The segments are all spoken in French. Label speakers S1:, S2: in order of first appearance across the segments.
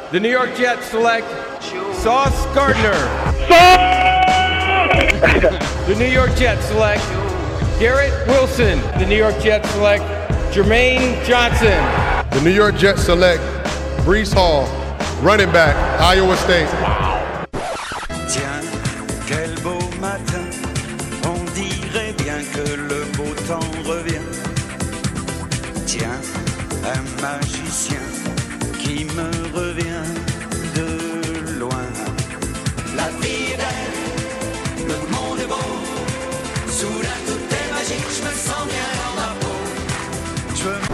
S1: The New York Jets select Sauce Gardner. The New York Jets select Garrett Wilson. The New York Jets select Jermaine Johnson.
S2: The New York Jets select Breece Hall, running back, Iowa State.
S3: Tiens, quel beau matin, on dirait bien que le beau temps revient. Tiens, un magicien qui me revient de loin. La vie est belle, le monde est beau, soudain tout est magique, je me sens bien dans ma peau. Je me...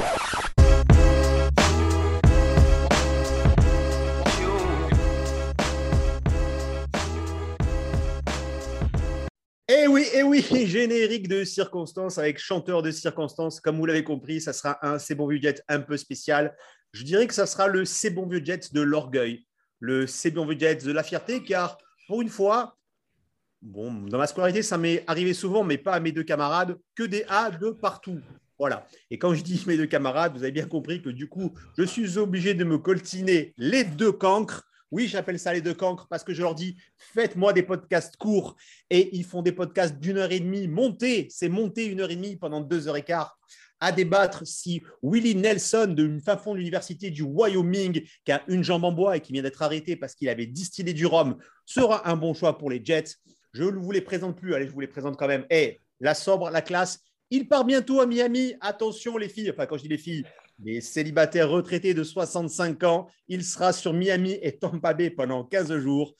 S4: Eh oui, générique de circonstance avec chanteur de circonstance. Comme vous l'avez compris, ça sera un C'est bon vieux jet un peu spécial. Je dirais que ça sera le C'est bon vieux jet de l'orgueil, le C'est bon vieux jet de la fierté, car pour une fois, bon, dans ma scolarité, ça m'est arrivé souvent, mais pas à mes deux camarades, que des A de partout. Voilà. Et quand je dis mes deux camarades, vous avez bien compris que du coup, je suis obligé de me coltiner les deux cancres. Oui, j'appelle ça les deux cancres parce que je leur dis, faites-moi des podcasts courts et ils font des podcasts d'1 h 30 montés. C'est monté 1 h 30 pendant 2 h 15 à débattre si Willie Nelson de fin fond de l'université du Wyoming qui a une jambe en bois et qui vient d'être arrêté parce qu'il avait distillé du rhum sera un bon choix pour les Jets. Je ne vous les présente plus. Allez, je vous les présente quand même. La sobre, la classe. Il part bientôt à Miami. Attention les filles. Enfin, quand je dis les filles, les célibataires retraités de 65 ans, il sera sur Miami et Tampa Bay pendant 15 jours.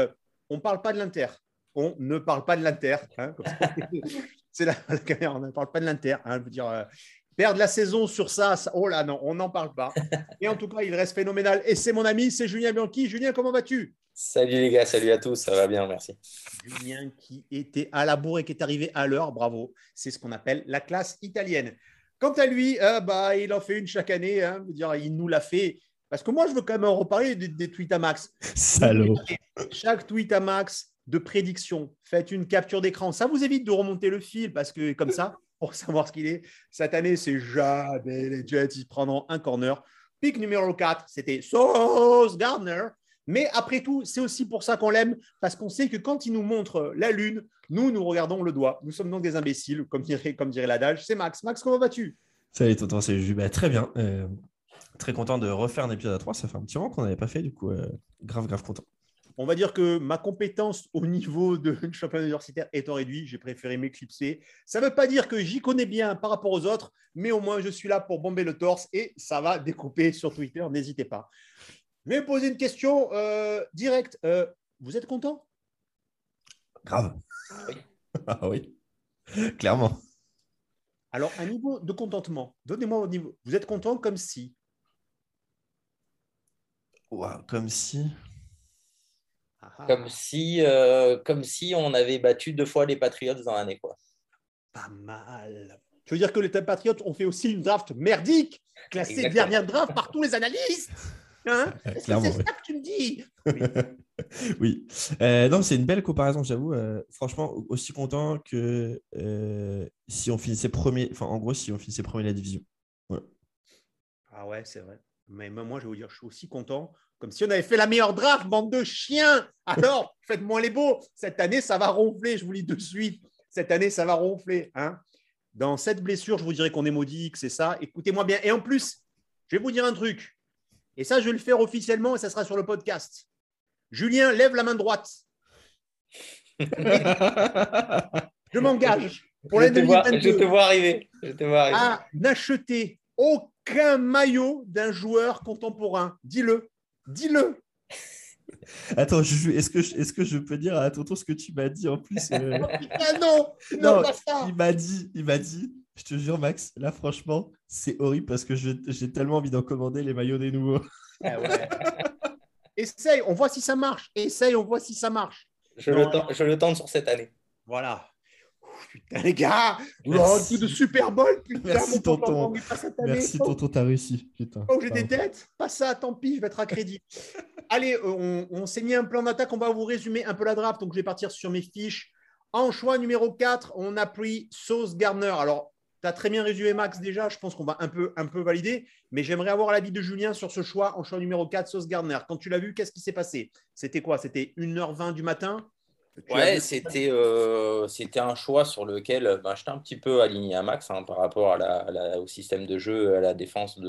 S4: On ne parle pas de l'Inter. On ne parle pas de l'Inter. Hein, c'est la caméra, on ne parle pas de l'Inter. Hein, je veux dire, perdre la saison sur ça, oh là non, on n'en parle pas. Et en tout cas, il reste phénoménal. Et c'est mon ami, c'est Julien Bianchi. Julien, comment vas-tu ?
S5: Salut les gars, salut à tous, ça va bien, merci.
S4: Julien qui était à la bourre et qui est arrivé à l'heure, bravo. C'est ce qu'on appelle la classe italienne. Quant à lui, il en fait une chaque année. Hein, dire, il nous l'a fait. Parce que moi, je veux quand même en reparler des tweets à Max.
S6: Salaud.
S4: Chaque tweet à Max de prédiction, faites une capture d'écran. Ça vous évite de remonter le fil parce que comme ça, pour savoir ce qu'il est. Cette année, c'est jamais les Jets. Ils prendront un corner. Pick numéro 4, c'était Sauce Gardner. Mais après tout, c'est aussi pour ça qu'on l'aime, parce qu'on sait que quand il nous montre la lune, nous regardons le doigt. Nous sommes donc des imbéciles, comme dirait l'adage. C'est Max. Max, comment vas-tu ?
S6: Salut tonton, c'est Jules. Très bien. Très content de refaire un épisode à 3. Ça fait un petit moment qu'on n'avait pas fait, du coup, grave content.
S4: On va dire que ma compétence au niveau de championnat universitaire étant réduite, j'ai préféré m'éclipser. Ça ne veut pas dire que j'y connais bien par rapport aux autres, mais au moins je suis là pour bomber le torse et ça va découper sur Twitter, n'hésitez pas. Je vais poser une question directe. Vous êtes content ?
S6: Grave. Ah oui, clairement.
S4: Alors, un niveau de contentement. Donnez-moi au niveau. Vous êtes content comme si ?
S6: Wow, comme si…
S5: Comme si on avait battu 2 fois les Patriots dans l'année, quoi.
S4: Pas mal. Je veux dire que les Patriots ont fait aussi une draft merdique, classée
S5: Exactement.
S4: dernière draft par tous les analystes. Hein ? Est-ce que c'est ça que tu me dis ?
S6: Oui. Non, c'est une belle comparaison, j'avoue. Franchement, aussi content que si on finissait premier. Enfin, en gros, si on finissait premier de la division. Ouais.
S4: Ah ouais, c'est vrai. Mais même moi, je vais vous dire, je suis aussi content. Comme si on avait fait la meilleure draft, bande de chiens. Alors, faites-moi les beaux. Cette année, ça va ronfler, je vous le dis de suite. Cette année, ça va ronfler. Hein ? Dans cette blessure, je vous dirais qu'on est maudit, que c'est ça. Écoutez-moi bien. Et en plus, je vais vous dire un truc. Et ça, je vais le faire officiellement et ça sera sur le podcast. Julien, lève la main droite. Je m'engage pour l'année 2022
S5: Je te vois arriver.
S4: à n'acheter aucun maillot d'un joueur contemporain. Dis-le.
S6: Attends, est-ce que je peux dire à tonton ce que tu m'as dit en plus
S4: Ah non, pas ça.
S6: Il m'a dit, je te jure Max, là franchement, c'est horrible parce que j'ai tellement envie d'en commander les maillots des nouveaux.
S4: Ah ouais. Essaye, on voit si ça marche.
S5: Je le tente sur cette année.
S4: Voilà. Putain, les gars, un coup de Super Bowl. Putain,
S6: merci tonton.
S4: Merci
S6: tonton, t'as réussi. Putain.
S4: Oh, j'ai des dettes. Pas ça, tant pis, je vais être à crédit. Allez, on s'est mis un plan d'attaque. On va vous résumer un peu la draft. Donc, je vais partir sur mes fiches. En choix numéro 4, on a pris Sauce Gardner. Alors, as très bien résumé, Max, déjà. Je pense qu'on va un peu valider. Mais j'aimerais avoir l'avis de Julien sur ce choix en choix numéro 4, Sauce Gardner. Quand tu l'as vu, qu'est-ce qui s'est passé? C'était quoi? C'était 1h20 du matin? Tu as
S5: Ouais,
S4: vu...
S5: c'était un choix sur lequel j'étais un petit peu aligné à Max par rapport au système de jeu, à la défense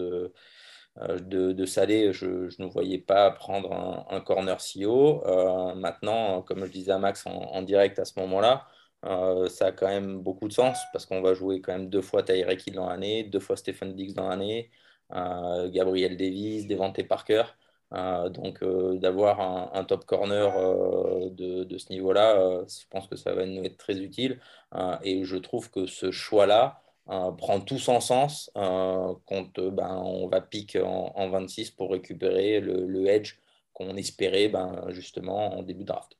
S5: de Salé. Je ne voyais pas prendre un corner si haut. Maintenant, comme je disais à Max en direct à ce moment-là, ça a quand même beaucoup de sens parce qu'on va jouer quand même 2 fois Tyreek Hill dans l'année, 2 fois Stephen Diggs dans l'année, Gabriel Davis, Devante Parker. Donc, d'avoir un top corner de ce niveau-là, je pense que ça va nous être très utile. Et je trouve que ce choix-là prend tout son sens quand on va pick en 26 pour récupérer le edge qu'on espérait justement en début de draft.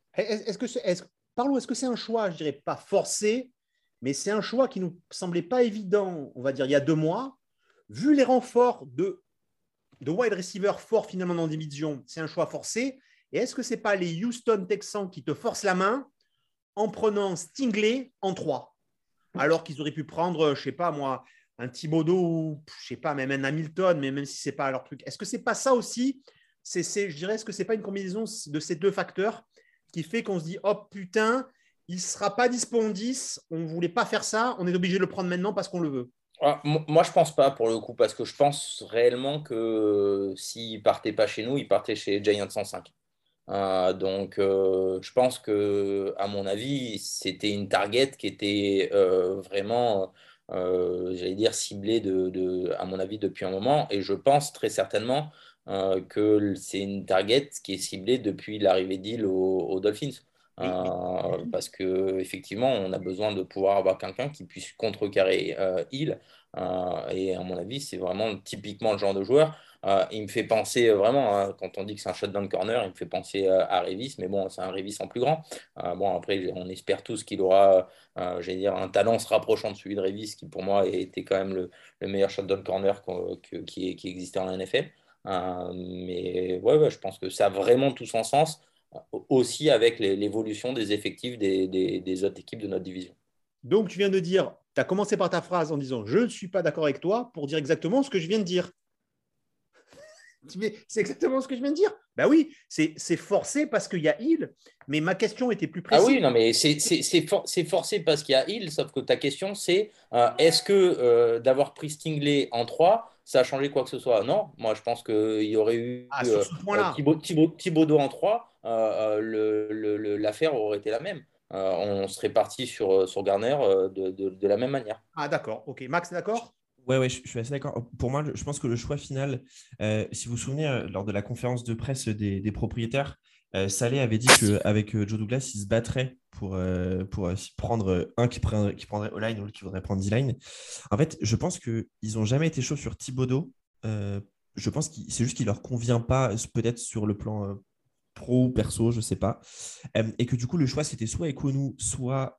S4: Parlons, est-ce que c'est un choix, je dirais pas forcé, mais c'est un choix qui nous semblait pas évident, on va dire, il y a 2 mois, vu les renforts de wide receiver forts finalement dans la division, c'est un choix forcé. Et est-ce que ce n'est pas les Houston Texans qui te forcent la main en prenant Stingley en 3, alors qu'ils auraient pu prendre, je ne sais pas moi, un Thibodeau ou je ne sais pas, même un Hamilton, mais même si ce n'est pas leur truc. Est-ce que ce n'est pas ça aussi? Je dirais, est-ce que ce n'est pas une combinaison de ces 2 facteurs qui fait qu'on se dit, oh putain, il ne sera pas dispo en 10, on ne voulait pas faire ça, on est obligé de le prendre maintenant parce qu'on le veut?
S5: Moi, je pense pas pour le coup, parce que je pense réellement que s'il partait pas chez nous, il partait chez Giants 105. Donc, je pense que, à mon avis, c'était une target qui était vraiment, j'allais dire, ciblée à mon avis, depuis un moment. Et je pense très certainement que c'est une target qui est ciblée depuis l'arrivée d'Hill aux Dolphins. Parce que effectivement, on a besoin de pouvoir avoir quelqu'un qui puisse contrecarrer Hill. Et à mon avis, c'est vraiment typiquement le genre de joueur. Il me fait penser vraiment, quand on dit que c'est un shotdown corner, il me fait penser à Revis, mais bon, c'est un Revis en plus grand. Bon, après, on espère tous qu'il aura, j'allais dire, un talent se rapprochant de celui de Revis, qui pour moi était quand même le meilleur shotdown corner qui existait en NFL. Mais ouais, je pense que ça a vraiment tout son sens, aussi avec l'évolution des effectifs des autres équipes de notre division.
S4: Donc, tu viens de dire, tu as commencé par ta phrase en disant je ne suis pas d'accord avec toi pour dire exactement ce que je viens de dire. C'est exactement ce que je viens de dire. Ben oui, c'est forcé parce qu'il y a Hill, mais ma question était plus précise.
S5: Ah oui, non, mais c'est forcé parce qu'il y a Hill, sauf que ta question, c'est est-ce que d'avoir pris Stingley en 3, ça a changé quoi que ce soit? Non, moi je pense qu'il y aurait eu
S4: sur ce point-là.
S5: Thibodeau en 3, l'affaire aurait été la même. On serait parti sur Garner de la même manière.
S4: Ah d'accord, ok. Max, d'accord?
S6: Ouais, je suis assez d'accord. Pour moi, je pense que le choix final, si vous vous souvenez, lors de la conférence de presse des propriétaires, Saleh avait dit qu'avec Joe Douglas, il se battrait pour prendre un qui prendrait O-line ou l'autre qui voudrait prendre D-line. En fait, je pense qu'ils n'ont jamais été chauds sur Thibodeau. Je pense que c'est juste qu'il ne leur convient pas, peut-être sur le plan pro ou perso, je ne sais pas. Et que du coup, le choix, c'était soit Ekonu, soit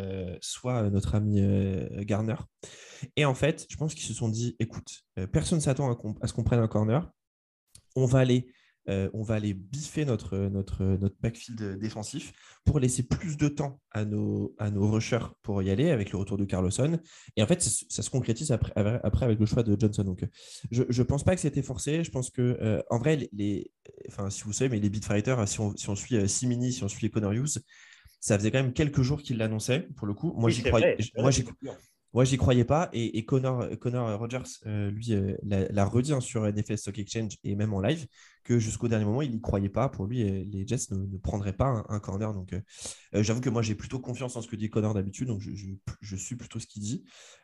S6: notre ami Garner. Et en fait, je pense qu'ils se sont dit, écoute, personne ne s'attend à ce qu'on prenne un corner. On va aller biffer notre backfield défensif pour laisser plus de temps à nos rushers pour y aller avec le retour de Carlson. Et en fait, ça se concrétise après avec le choix de Johnson. Donc, je ne pense pas que c'était forcé. Je pense que, en vrai, si vous savez, mais les beatfighters, si on suit Simini, si on suit Connor Hughes, ça faisait quand même quelques jours qu'ils l'annonçaient, pour le coup. Moi, j'y croyais. Moi, j'y croyais pas. Et Connor Rogers, lui, l'a redit sur NFL Stock Exchange et même en live, que jusqu'au dernier moment, il n'y croyait pas. Pour lui, les Jets ne prendraient pas un corner. Donc, j'avoue que moi, j'ai plutôt confiance en ce que dit Connor d'habitude. Donc, je suis plutôt ce qu'il dit.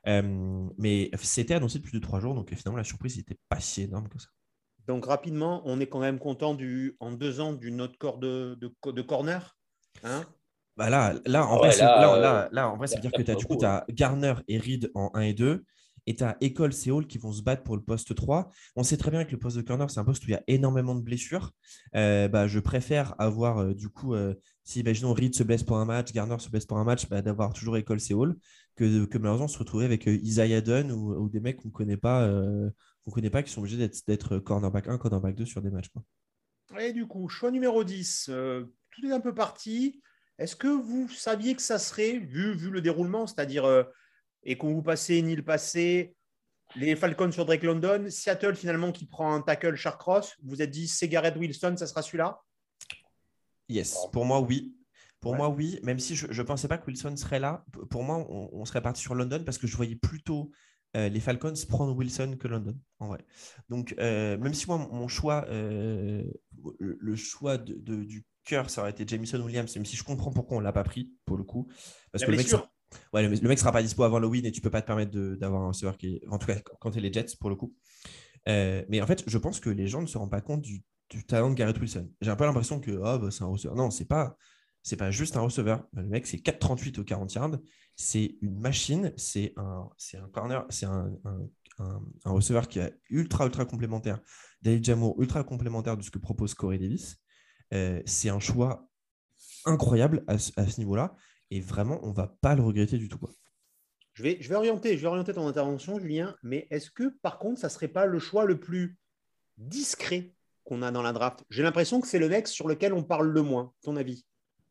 S6: Mais c'était annoncé depuis 2-3 jours. Donc, finalement, la surprise n'était pas si énorme que ça.
S4: Donc, rapidement, on est quand même content en 2 ans d'une autre corps de corner. Hein?
S6: Bah là, en vrai, en vrai, ça veut dire que tu as Garner et Reed en 1 et 2, et tu as Ecole et Hall qui vont se battre pour le poste 3. On sait très bien que le poste de corner, c'est un poste où il y a énormément de blessures. Je préfère avoir, si imaginons Reed se blesse pour un match, Garner se blesse pour un match, d'avoir toujours Ecole et Hall que malheureusement se retrouver avec Isaiah Dunn ou des mecs qu'on ne connaît pas, qui sont obligés d'être cornerback 1, cornerback 2 sur des matchs, quoi.
S4: Et du coup, choix numéro 10, tout est un peu parti. Est-ce que vous saviez que ça serait, vu le déroulement, c'est-à-dire et qu'on vous passait Neil passé, les Falcons sur Drake London, Seattle finalement qui prend un tackle Shark Cross, vous êtes dit c'est Garrett Wilson, ça sera celui-là?
S6: Yes, pour moi, oui. Pour
S4: Ouais.
S6: moi, oui, même si je ne pensais pas que Wilson serait là. Pour moi, on serait parti sur London parce que je voyais plutôt les Falcons prendre Wilson que London, en vrai. Donc, même si moi, mon choix, le choix du cœur, ça aurait été Jamison Williams, même si je comprends pourquoi on ne l'a pas pris, pour le coup. Parce
S4: La
S6: que
S4: blessure.
S6: le mec sera pas dispo avant Halloween et tu ne peux pas te permettre d'avoir un receveur qui est… En tout cas, quand tu es les Jets, pour le coup. Mais en fait, je pense que les gens ne se rendent pas compte du talent de Garrett Wilson. J'ai un peu l'impression que c'est un receveur. Non, c'est pas juste un receveur. Le mec, c'est 4,38 au 40 yards. C'est une machine. C'est un corner. C'est un receveur qui est ultra, ultra complémentaire. David Jamour, ultra complémentaire de ce que propose Corey Davis. C'est un choix incroyable à ce niveau-là. Et vraiment, on ne va pas le regretter du tout, quoi.
S4: Je vais orienter ton intervention, Julien, mais est-ce que par contre, ça ne serait pas le choix le plus discret qu'on a dans la draft? J'ai l'impression que c'est le mec sur lequel on parle le moins. Ton avis?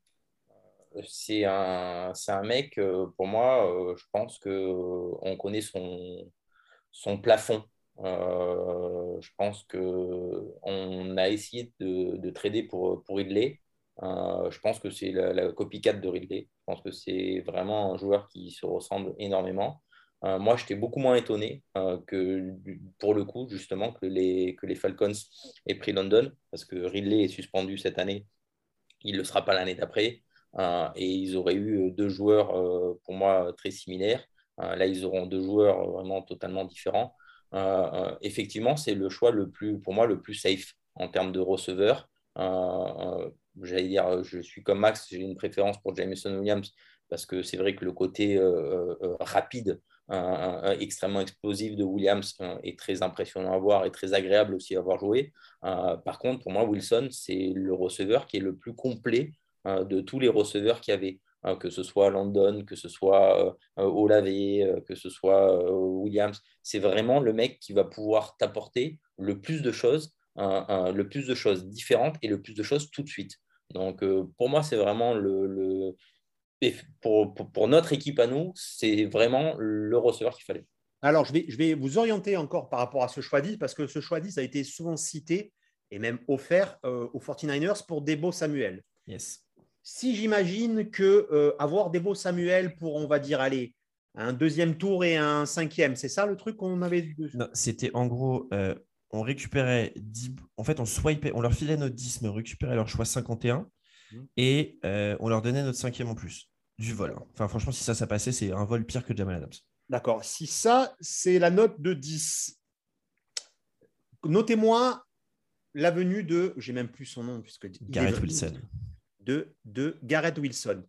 S5: C'est un mec, pour moi, je pense qu'on connaît son plafond. Je pense qu'on a essayé de trader pour Ridley. Je pense que c'est la copycat de Ridley. Je pense que c'est vraiment un joueur qui se ressemble énormément. Moi, j'étais beaucoup moins étonné pour le coup, justement, que les Falcons aient pris London, parce que Ridley est suspendu cette année. Il ne le sera pas l'année d'après. Et ils auraient eu deux joueurs, pour moi, très similaires. Là, ils auront deux joueurs vraiment totalement différents. Effectivement, c'est le choix pour moi, le plus safe en termes de receveur. J'allais dire, je suis comme Max, j'ai une préférence pour Jameson Williams parce que c'est vrai que le côté rapide, extrêmement explosif de Williams est très impressionnant à voir et très agréable aussi à voir jouer. Par contre, pour moi, Wilson, c'est le receveur qui est le plus complet de tous les receveurs qu'il y avait, que ce soit London, que ce soit Olave, que ce soit Williams. C'est vraiment le mec qui va pouvoir t'apporter le plus de choses, le plus de choses différentes et le plus de choses tout de suite. Donc, pour moi, c'est vraiment pour notre équipe à nous, c'est vraiment le receveur qu'il fallait.
S4: Alors, je vais vous orienter encore par rapport à ce choix 10, parce que ce choix 10 a été souvent cité et même offert aux 49ers pour Deebo Samuel.
S6: Yes.
S4: Si j'imagine que avoir Deebo Samuel pour, on va dire, allez, un deuxième tour et un cinquième, c'est ça le truc qu'on avait?
S6: Non, c'était en gros, on récupérait 10, en fait, on swipait, on leur filait notre 10, mais on récupérait leur choix 51 et on leur donnait notre cinquième en plus, du vol. Enfin, franchement, si ça passait, c'est un vol pire que Jamal Adams.
S4: D'accord. Si ça, c'est la note de 10, notez-moi la venue de, j'ai même plus son nom, puisque
S6: Garrett Wilson.
S4: De Garrett Wilson.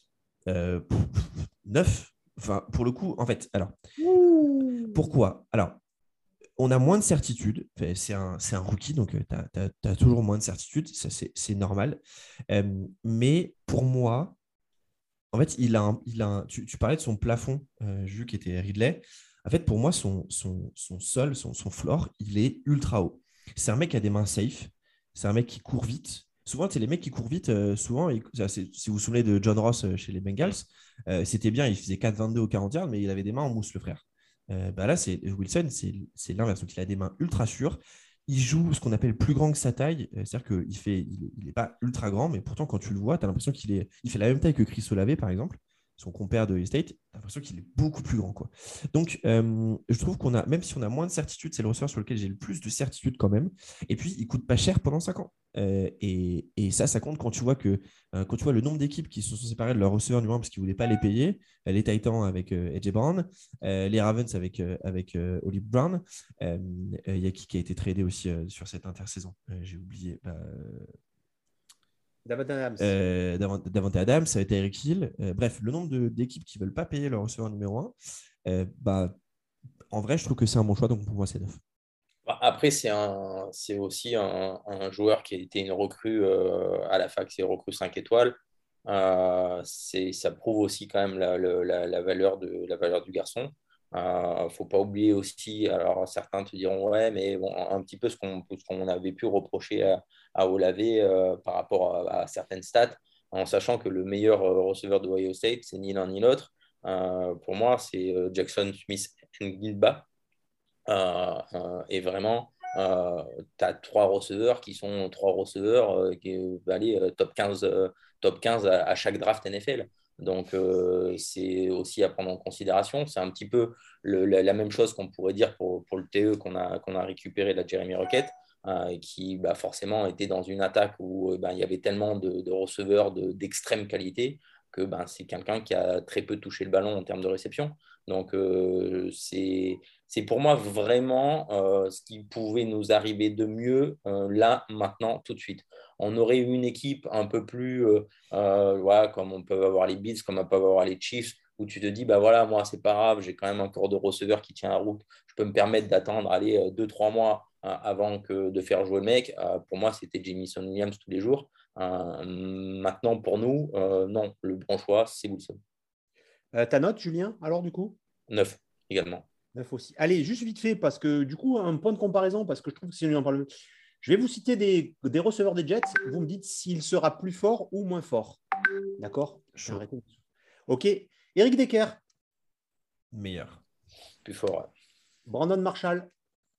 S6: 9. Enfin, pour le coup, en fait, alors, pourquoi? Alors, on a moins de certitude. Enfin, c'est un rookie, donc tu as toujours moins de certitude. Ça, c'est normal. Mais pour moi, en fait, tu parlais de son plafond, Jules, qui était Ridley. En fait, pour moi, son sol, son floor, il est ultra haut. C'est un mec qui a des mains safe. C'est un mec qui court vite. Souvent, les mecs qui courent vite, souvent, si vous vous souvenez de John Ross chez les Bengals, c'était bien, il faisait 4,22 au 40 yards, mais il avait des mains en mousse, le frère. Là, Wilson, c'est l'inverse. Donc, il a des mains ultra sûres. Il joue ce qu'on appelle plus grand que sa taille. C'est-à-dire qu'il n'est pas ultra grand, mais pourtant, quand tu le vois, tu as l'impression il fait la même taille que Chris Olave, par exemple, son compère de State. Tu as l'impression qu'il est beaucoup plus grand, quoi. Donc, je trouve même si on a moins de certitude, c'est le receveur sur lequel j'ai le plus de certitude quand même. Et puis, il coûte pas cher pendant 5 ans. Et ça compte quand tu vois le nombre d'équipes qui se sont séparées de leur receveur numéro 1 parce qu'ils ne voulaient pas les payer. Les Titans avec AJ Brown, les Ravens avec Olive Brown. Il y a qui a été tradé aussi sur cette intersaison. J'ai oublié.
S4: Davante Adams.
S6: Davante Adams, ça a été Eric Hill. Bref, le nombre d'équipes qui ne veulent pas payer leur receveur numéro 1, en vrai, je trouve que c'est un bon choix. Donc pour moi, c'est 9.
S5: Après, c'est aussi un joueur qui a été une recrue à la fac, c'est recrue 5 étoiles. Ça prouve aussi quand même la valeur du garçon. Faut pas oublier aussi, alors certains te diront ouais, mais bon, un petit peu ce qu'on avait pu reprocher à Olave par rapport à certaines stats, en sachant que le meilleur receveur de Ohio State, c'est ni l'un ni l'autre. Pour moi, c'est Jackson Smith Ngilba. Et vraiment, tu as trois receveurs qui sont trois receveurs qui valaient top 15 à chaque draft NFL. Donc, c'est aussi à prendre en considération. C'est un petit peu la même chose qu'on pourrait dire pour le TE qu'on a récupéré de la Jeremy Rocket, qui forcément était dans une attaque où il y avait tellement de receveurs d'extrême qualité que c'est quelqu'un qui a très peu touché le ballon en termes de réception. Donc, c'est pour moi vraiment ce qui pouvait nous arriver de mieux là, maintenant, tout de suite. On aurait eu une équipe un peu plus, voilà, comme on peut avoir les Bills, comme on peut avoir les Chiefs, où tu te dis, bah voilà, moi, c'est pas grave, j'ai quand même un corps de receveur qui tient la route. Je peux me permettre d'attendre, aller 2-3 mois avant de faire jouer le mec. Pour moi, c'était Jamison Williams tous les jours. Maintenant, pour nous, non, le bon choix, c'est Wilson.
S4: Ta note, Julien, alors du coup?
S5: 9 également.
S4: 9 aussi. Allez, juste vite fait, parce que du coup, un point de comparaison, parce que je trouve que si on en parle, je vais vous citer des receveurs des Jets. Vous me dites s'il sera plus fort ou moins fort. D'accord? Ok. Eric Decker.
S6: Meilleur.
S5: Plus fort. Ouais.
S4: Brandon Marshall.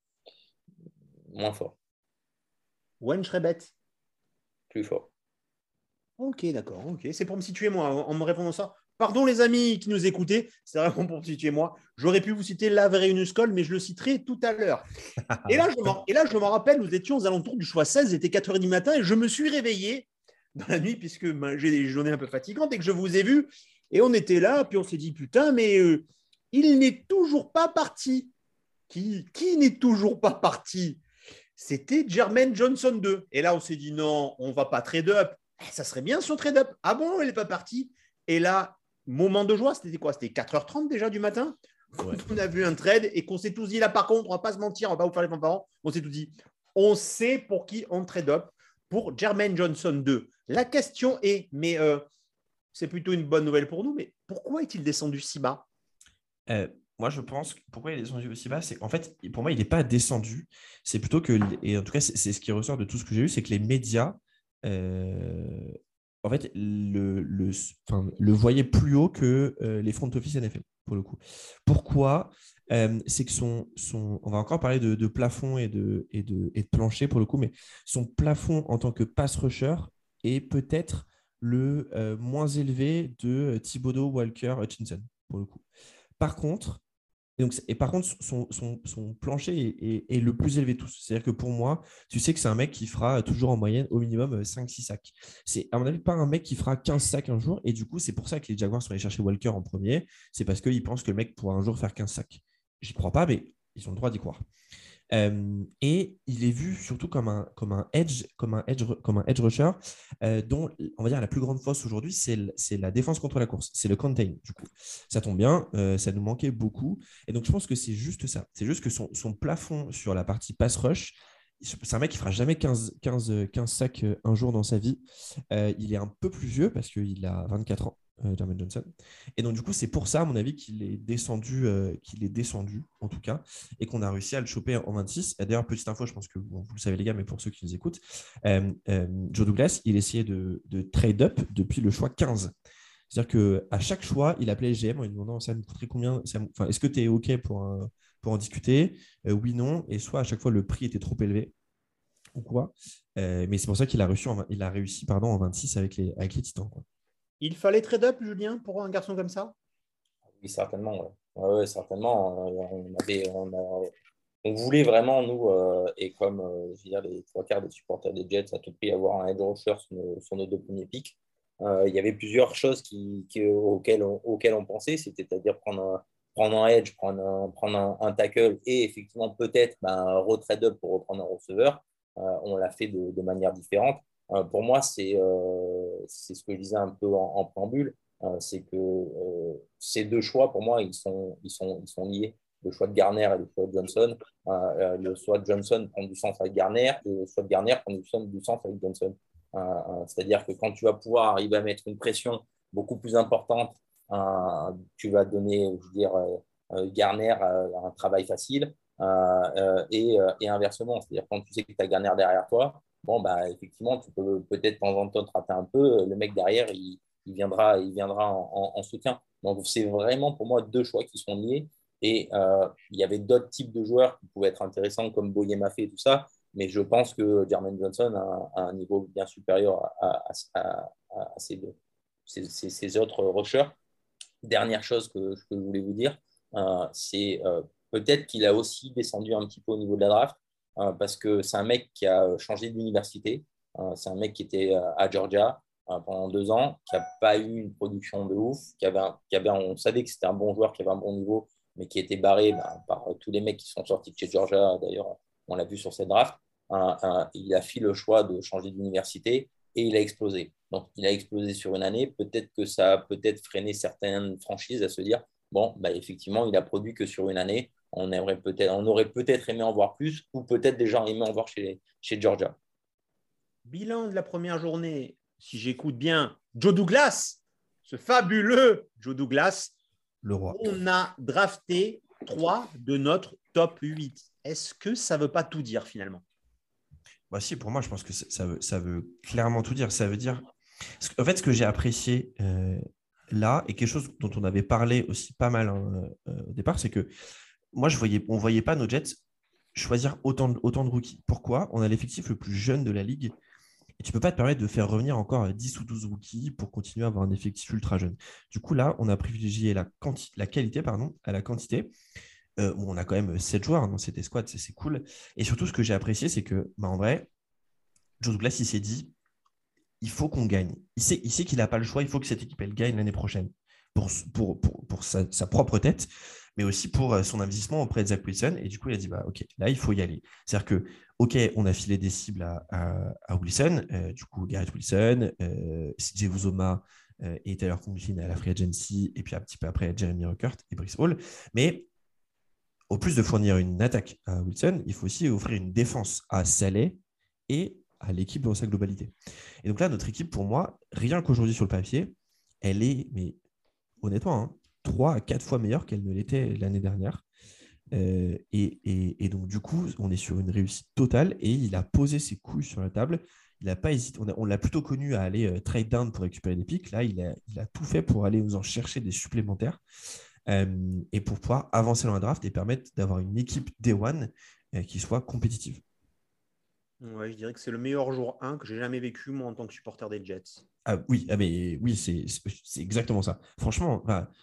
S5: Moins fort.
S4: Wayne Schrebet.
S5: Plus fort.
S4: Ok, d'accord. Ok. C'est pour me situer, moi, en me répondant ça. Pardon, les amis qui nous écoutaient, c'est vraiment pour me situer, moi. J'aurais pu vous citer Laverius Cole, mais je le citerai tout à l'heure. Et là, je me rappelle, nous étions aux alentours du choix 16, il était 4h du matin, et je me suis réveillé dans la nuit, puisque j'ai des journées un peu fatigantes, et que je vous ai vu. Et on était là, puis on s'est dit, putain, mais il n'est toujours pas parti. Qui n'est toujours pas parti? C'était Jermaine Johnson 2. Et là, on s'est dit, non, on ne va pas trade up. Ça serait bien son trade up. Ah bon, il n'est pas parti. Et là, moment de joie, c'était quoi? C'était 4h30 déjà du matin. Ouais. On a vu un trade et qu'on s'est tous dit, là, par contre, on ne va pas se mentir, on ne va pas vous faire les fanfarons. On s'est tous dit, on sait pour qui on trade up, pour Jermaine Johnson 2. La question est, mais c'est plutôt une bonne nouvelle pour nous, mais pourquoi est-il descendu si bas?
S6: Moi, je pense que pourquoi il est descendu aussi bas, c'est qu'en fait, pour moi, il n'est pas descendu. C'est plutôt que, et en tout cas, c'est ce qui ressort de tout ce que j'ai eu, c'est que les médias, en fait, le voyaient plus haut que les front office NFL, pour le coup. Pourquoi? C'est que on va encore parler de plafond et de plancher, pour le coup, mais son plafond en tant que pass rusher est peut-être le moins élevé de Thibodeau, Walker, Hutchinson, pour le coup. Par contre, son plancher est le plus élevé de tous. C'est-à-dire que pour moi, tu sais que c'est un mec qui fera toujours en moyenne au minimum 5-6 sacs. C'est à mon avis pas un mec qui fera 15 sacs un jour. Et du coup, c'est pour ça que les Jaguars sont allés chercher Walker en premier. C'est parce qu'ils pensent que le mec pourra un jour faire 15 sacs. J'y crois pas, mais ils ont le droit d'y croire. Et il est vu surtout comme un edge rusher dont, on va dire, la plus grande force aujourd'hui, c'est la défense contre la course, c'est le contain. Du coup, ça tombe bien, ça nous manquait beaucoup. Et donc, je pense que c'est juste ça. C'est juste que son plafond sur la partie pass rush, c'est un mec qui fera jamais 15 sacs un jour dans sa vie. Il est un peu plus vieux parce qu'il a 24 ans. Jermaine Johnson. Et donc, du coup, c'est pour ça, à mon avis, qu'il est descendu, en tout cas, et qu'on a réussi à le choper en 26. Et d'ailleurs, petite info, je pense que vous le savez, les gars, mais pour ceux qui nous écoutent, Joe Douglas, il essayait de trade up depuis le choix 15. C'est-à-dire qu'à chaque choix, il appelait le GM en lui demandant ça me coûterait combien est-ce que tu es OK pour en discuter? Oui, non. Et soit à chaque fois, le prix était trop élevé ou quoi. Mais c'est pour ça qu'il a réussi en 26 avec les Titans, quoi.
S4: Il fallait trade up, Julien, pour un garçon comme ça?
S5: Oui, certainement. Ouais, certainement. On voulait vraiment, nous, et comme je veux dire, les trois quarts des supporters des Jets, à tout prix avoir un edge rusher sur nos deux premiers pics. Il y avait plusieurs choses auxquelles on pensait, c'est-à-dire prendre un edge, prendre un tackle et effectivement peut-être retrade up pour reprendre un receveur. On l'a fait de manière différente. Pour moi, c'est ce que je disais un peu en préambule, c'est que ces deux choix, pour moi, ils sont liés. Le choix de Garner et le choix de Johnson. Le choix de Johnson prend du sens avec Garner et le choix de Garner prend du sens avec Johnson. C'est-à-dire que quand tu vas pouvoir arriver à mettre une pression beaucoup plus importante, tu vas donner, je veux dire, Garner un travail facile et inversement. C'est-à-dire quand tu sais que tu as Garner derrière toi, bon, effectivement, tu peux peut-être de temps en temps te rater un peu. Le mec derrière, il il viendra en soutien. Donc, c'est vraiment pour moi 2 choix qui sont liés. Et il y avait d'autres types de joueurs qui pouvaient être intéressants, comme Boye Maffé et tout ça. Mais je pense que Jermaine Johnson a un niveau bien supérieur à ces autres rushers. Dernière chose que je voulais vous dire, c'est peut-être qu'il a aussi descendu un petit peu au niveau de la draft, parce que c'est un mec qui a changé d'université. C'est un mec qui était à Georgia pendant 2 ans, qui n'a pas eu une production de ouf, on savait que c'était un bon joueur, qui avait un bon niveau, mais qui était barré par tous les mecs qui sont sortis de chez Georgia. D'ailleurs, on l'a vu sur cette draft. Il a fait le choix de changer d'université et il a explosé. Donc, il a explosé sur une année. Peut-être que ça a peut-être freiné certaines franchises à se dire, bon, effectivement, il a produit que sur une année. On aurait peut-être aimé en voir plus, ou peut-être déjà aimé en voir chez Georgia.
S4: Bilan de la première journée, si j'écoute bien, Joe Douglas, ce fabuleux Joe Douglas,
S6: Le roi.
S4: on a drafté 3 de notre top 8. Est-ce que ça ne veut pas tout dire finalement?
S6: Si, pour moi, je pense que ça veut clairement tout dire. Ça veut dire… En fait, ce que j'ai apprécié là, et quelque chose dont on avait parlé aussi pas mal au départ, c'est que moi, on ne voyait pas nos Jets choisir autant de rookies. Pourquoi? On a l'effectif le plus jeune de la ligue. Et tu ne peux pas te permettre de faire revenir encore 10 ou 12 rookies pour continuer à avoir un effectif ultra jeune. Du coup, là, on a privilégié la qualité à la quantité. On a quand même 7 joueurs dans cette escouade, c'est cool. Et surtout, ce que j'ai apprécié, c'est que, en vrai, Joe Douglas, il s'est dit, il faut qu'on gagne. Il sait qu'il n'a pas le choix, il faut que cette équipe, elle gagne l'année prochaine pour sa propre tête, mais aussi pour son investissement auprès de Zach Wilson. Et du coup, il a dit, OK, là, il faut y aller. C'est-à-dire que, OK, on a filé des cibles à Wilson, du coup, Garrett Wilson, CJ Uzomah et Tyler Conklin à la free agency, et puis un petit peu après, Jeremy Ruckert et Breece Hall. Mais au plus de fournir une attaque à Wilson, il faut aussi offrir une défense à Saleh et à l'équipe dans sa globalité. Et donc là, notre équipe, pour moi, rien qu'aujourd'hui sur le papier, elle est, mais honnêtement, 3 à 4 fois meilleure qu'elle ne l'était l'année dernière. Et donc, du coup, on est sur une réussite totale et il a posé ses couilles sur la table. Il n'a pas hésité. On l'a plutôt connu à aller trade down pour récupérer des pics. Là, il a tout fait pour aller nous en chercher des supplémentaires. Et pour pouvoir avancer dans la draft et permettre d'avoir une équipe Day One qui soit compétitive.
S4: Ouais, je dirais que c'est le meilleur jour 1 que j'ai jamais vécu, moi, en tant que supporter des Jets.
S6: Oui, c'est exactement ça. Franchement,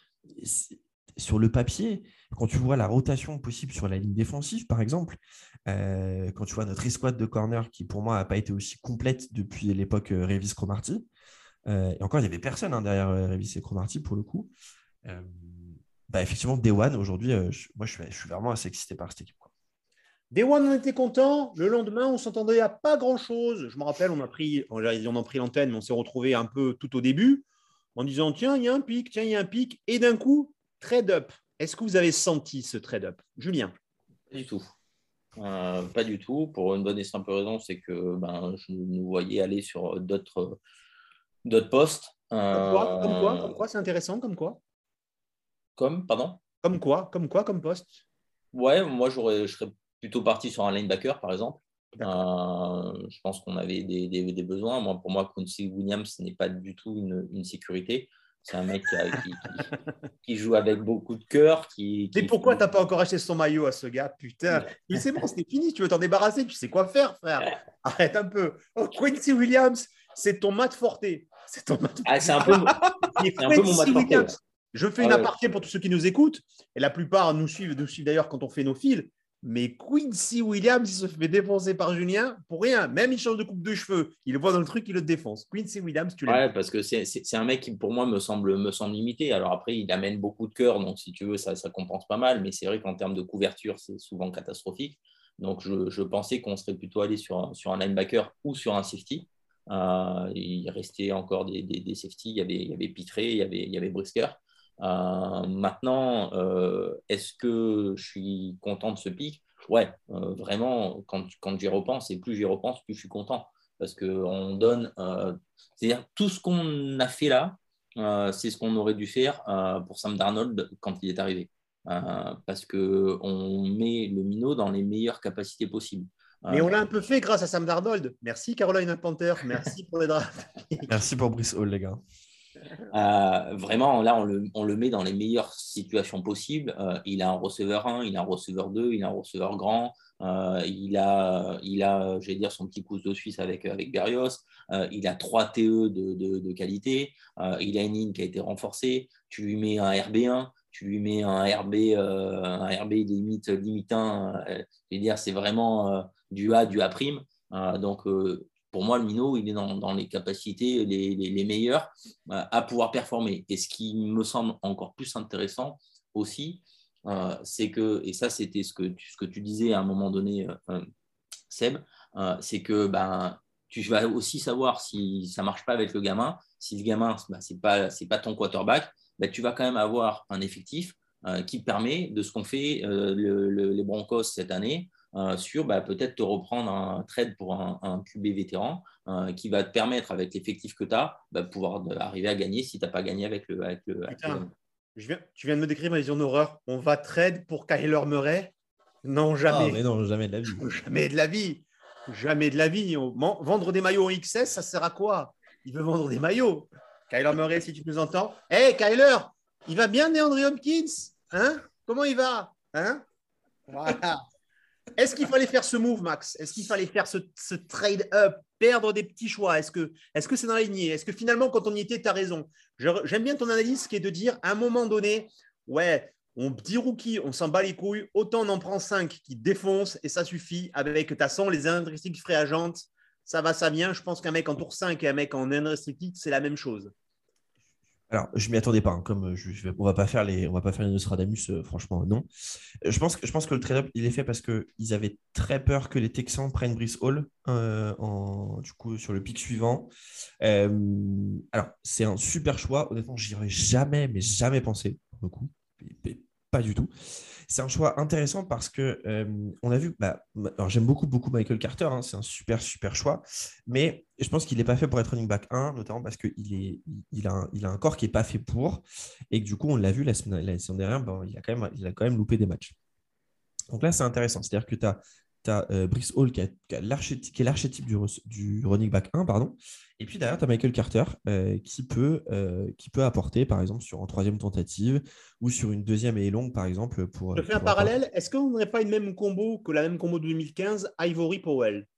S6: sur le papier, quand tu vois la rotation possible sur la ligne défensive, par exemple, quand tu vois notre escouade de corner qui, pour moi, n'a pas été aussi complète depuis l'époque Revis-Cromartie, et encore, il n'y avait personne derrière Revis et Cromartie, pour le coup. Effectivement, Day One, aujourd'hui, moi, je suis vraiment assez excité par cette équipe.
S4: Day One, on était content. Le lendemain, on s'entendait à pas grand-chose. Je me rappelle, on a pris l'antenne, mais on s'est retrouvé un peu tout au début en disant, tiens, il y a un pic. Et d'un coup, trade-up. Est-ce que vous avez senti ce trade-up, Julien?
S5: Pas du tout. Pas du tout. Pour une bonne et simple raison, c'est que je nous voyais aller sur d'autres postes.
S4: Comme quoi, c'est intéressant, comme quoi?
S5: Pardon?
S4: Comme quoi, comme poste?
S5: Ouais, moi, je serais plutôt parti sur un linebacker, par exemple. Je pense qu'on avait des besoins. Pour moi, Quincy Williams, ce n'est pas du tout une sécurité. C'est un mec qui joue avec beaucoup de cœur. Mais
S4: pourquoi tu n'as pas encore acheté son maillot à ce gars? Putain, mais c'est bon, c'était fini. Tu veux t'en débarrasser? Tu sais quoi faire, frère? Arrête un peu. Quincy Williams, c'est ton Matt Forte.
S5: C'est un peu mon Matt Forte. Ouais.
S4: Je fais une aparté pour tous ceux qui nous écoutent. Et la plupart nous suivent d'ailleurs quand on fait nos fils. Mais Quincy Williams, il se fait défoncer par Julien pour rien. Même il change de coupe de cheveux. Il le voit dans le truc, il le défonce. Quincy Williams, tu l'aimes.
S5: Ouais, parce que c'est un mec qui, pour moi, me semble limité. Alors après, il amène beaucoup de cœur. Donc, si tu veux, ça compense pas mal. Mais c'est vrai qu'en termes de couverture, c'est souvent catastrophique. Donc, je pensais qu'on serait plutôt allé sur un linebacker ou sur un safety. Il restait encore des safety. Il y avait Pitré, il y avait Brisker. Maintenant, est-ce que je suis content de ce pic? Ouais, vraiment, quand j'y repense, et plus j'y repense, plus je suis content. Parce qu'on donne, c'est-à-dire tout ce qu'on a fait là, c'est ce qu'on aurait dû faire pour Sam Darnold quand il est arrivé. Parce qu'on met le minot dans les meilleures capacités possibles.
S4: Mais on l'a un peu fait grâce à Sam Darnold. Merci Carolina Panthers, merci pour les drafts.
S6: Merci pour Breece Hall, les gars.
S5: Vraiment, là, on le met dans les meilleures situations possibles. Il a un receveur 1, il a un receveur 2, il a un receveur grand. Je vais dire, son petit couteau suisse avec Berrios. Il a 3 TE de qualité. Il a une ligne qui a été renforcée. Tu lui mets un RB1, tu lui mets un RB limite 1. Je vais dire, c'est vraiment du A, du A'. Donc, pour moi, le minot, il est dans les capacités les meilleures à pouvoir performer. Et ce qui me semble encore plus intéressant aussi, c'est que, et ça, c'était ce que tu disais à un moment donné, Seb, c'est que tu vas aussi savoir si ça ne marche pas avec le gamin. Si le gamin, c'est pas ton quarterback, tu vas quand même avoir un effectif qui permet de ce qu'ont fait les Broncos cette année, sur peut-être te reprendre un trade pour un QB vétéran qui va te permettre, avec l'effectif que tu as, pouvoir arriver à gagner si tu n'as pas gagné avec le
S4: Putain, tu viens de me décrire ma vision d'horreur. On va trade pour Kyler Murray? Non, jamais.
S6: Ah, mais non, jamais de la vie.
S4: Jamais de la vie. Jamais de la vie. Vendre des maillots en XS, ça sert à quoi? Il veut vendre des maillots. Kyler Murray, si tu nous entends. Hey, Kyler, il va bien, DeAndre Hopkins? Hein? Comment il va? Hein? Voilà. Est-ce qu'il fallait faire ce move, Max? Est-ce qu'il fallait faire ce trade-up, perdre des petits choix? Est-ce que c'est dans la lignée? Est-ce que finalement, quand on y était, tu as raison? J'aime bien ton analyse qui est de dire, à un moment donné, ouais, on petit rookie, on s'en bat les couilles, autant on en prend 5 qui défoncent et ça suffit. Avec, de toute façon, les unrestricted free agents, ça va, ça vient. Je pense qu'un mec en tour 5 et un mec en unrestricted, c'est la même chose.
S6: Alors, je m'y attendais pas, hein, comme on va pas faire les Nostradamus, franchement, non. Je pense que le trade-up, il est fait parce qu'ils avaient très peur que les Texans prennent Breece Hall du coup, sur le pick suivant. Alors, c'est un super choix. Honnêtement, j'y aurais jamais, mais jamais pensé, pour le coup. Pas du tout. C'est un choix intéressant parce que on a vu, alors j'aime beaucoup Michael Carter, hein, c'est un super choix, mais je pense qu'il n'est pas fait pour être running back 1, notamment parce qu'il a un corps qui n'est pas fait pour, et que du coup, on l'a vu la saison dernière, il a quand même loupé des matchs. Donc là, c'est intéressant, c'est-à-dire que tu as Breece Hall qui est l'archétype du running back 1, pardon. Et puis derrière, tu as Michael Carter qui peut apporter, par exemple, en 3e tentative ou sur une 2e et longue, par exemple.
S4: Je fais un parallèle. Est-ce qu'on n'aurait pas une même combo que la même combo de 2015, Ivory Powell?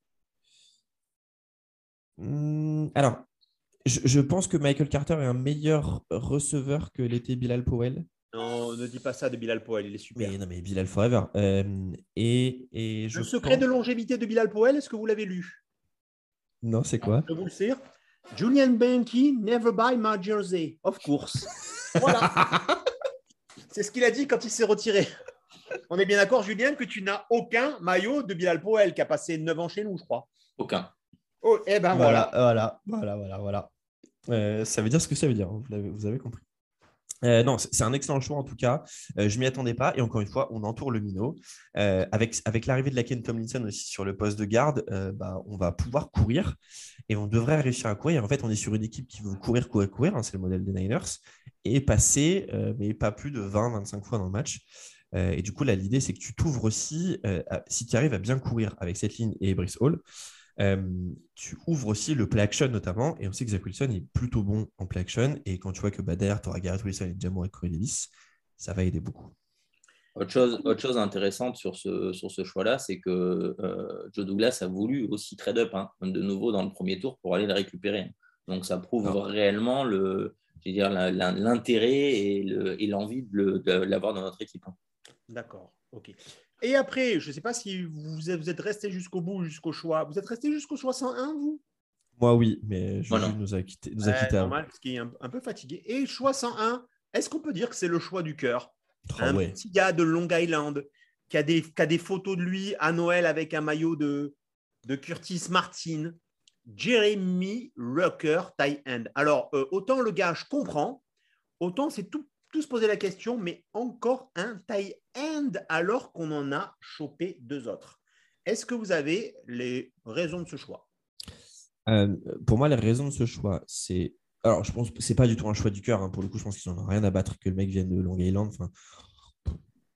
S6: Alors, je pense que Michael Carter est un meilleur receveur que l'était Bilal Powell.
S4: Non, ne dis pas ça de Bilal Powell, il est super.
S6: Mais Bilal Forever. Le
S4: secret de longévité de Bilal Powell, est-ce que vous l'avez lu?
S6: Non, c'est quoi?
S4: Je vous le sais. Julian Benke, never buy my jersey. Of course. Voilà. C'est ce qu'il a dit quand il s'est retiré. On est bien d'accord, Julien, que tu n'as aucun maillot de Bilal Powell qui a passé 9 ans chez nous, je crois.
S5: Aucun.
S4: Oh, eh ben
S6: voilà. Ça veut dire ce que ça veut dire. Vous avez compris. Non, c'est un excellent choix en tout cas. Je ne m'y attendais pas. Et encore une fois, on entoure le minot. Avec l'arrivée de la Ken Tomlinson aussi sur le poste de garde, on va pouvoir courir et on devrait réussir à courir. En fait, on est sur une équipe qui veut courir. Hein, c'est le modèle des Niners. Et passer, mais pas plus de 20-25 fois dans le match. Et du coup, là, l'idée, c'est que tu t'ouvres aussi, si tu arrives à bien courir avec cette ligne et Breece Hall, tu ouvres aussi le play action notamment, et on sait que Zach Wilson est plutôt bon en play action, et quand tu vois que derrière tu auras Garrett Wilson et Jamor et Corey Davis, ça va aider beaucoup.
S5: Autre chose intéressante sur ce choix-là, c'est que Joe Douglas a voulu aussi trade up de nouveau dans le premier tour pour aller le récupérer. Donc ça prouve réellement l'intérêt et l'envie de l'avoir dans notre équipe.
S4: D'accord, ok. Et après, je ne sais pas si vous êtes resté jusqu'au bout, jusqu'au choix. Vous êtes resté jusqu'au choix 101, vous?
S6: Moi, oui, mais Juju nous a quitté.
S4: Normal, parce qu'il est un peu fatigué. Et choix 101, est-ce qu'on peut dire que c'est le choix du cœur? Petit gars de Long Island qui a des photos de lui à Noël avec un maillot de Curtis Martin, Jeremy Rucker, tight end. Alors, autant le gars, je comprends, autant c'est tous se poser la question, mais encore un tight end alors qu'on en a chopé 2 autres. Est-ce que vous avez les raisons de ce choix?
S6: Pour moi, les raisons de ce choix, c'est... Alors, je pense que ce n'est pas du tout un choix du cœur. Pour le coup, je pense qu'ils n'en ont rien à battre que le mec vienne de Long Island.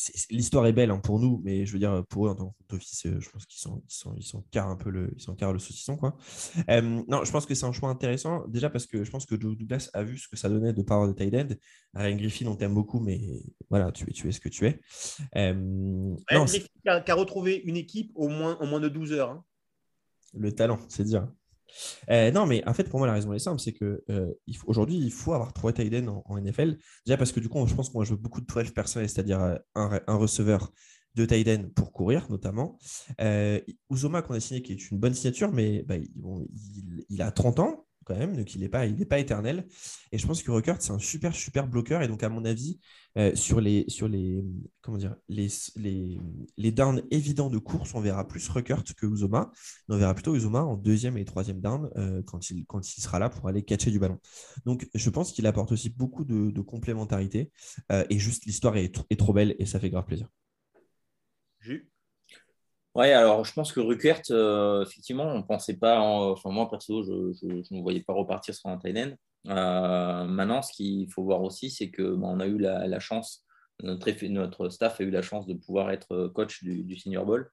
S6: l'histoire est belle, hein, pour nous, mais je veux dire, pour eux, en tant que front office, je pense ils s'en carrent un peu ils s'en carrent le saucisson, quoi. Non, je pense que c'est un choix intéressant. Déjà parce que je pense que Joe Douglas a vu ce que ça donnait de pas avoir de tight end. Ryan Griffin, on t'aime beaucoup, mais voilà, tu es ce que tu es. Non,
S4: Griffin qui a retrouvé une équipe en moins de 12 heures. Hein.
S6: Le talent, c'est dire. Non, mais en fait, pour moi, la raison est simple, c'est que aujourd'hui, il faut avoir 3 tight ends en NFL. Déjà parce que du coup, je pense que moi, je veux beaucoup de 12 personnels, c'est-à-dire un receveur, 2 tight ends pour courir, notamment. Uzoma, qu'on a signé, qui est une bonne signature, mais il a 30 ans quand même, donc il n'est pas éternel. Et je pense que Ruckert, c'est un super, super bloqueur. Et donc, à mon avis, comment dire, les downs évidents de course, on verra plus Ruckert que Uzoma. On verra plutôt Uzoma en 2e et 3e down quand il sera là pour aller catcher du ballon. Donc, je pense qu'il apporte aussi beaucoup de complémentarité. Et juste, l'histoire est trop belle et ça fait grave plaisir.
S5: Ouais, alors je pense que Ruckert, effectivement, on ne pensait pas, enfin moi perso, je ne voyais pas repartir sur un tight end. Maintenant, ce qu'il faut voir aussi, c'est que on a eu la chance, notre staff a eu la chance de pouvoir être coach du Senior Bowl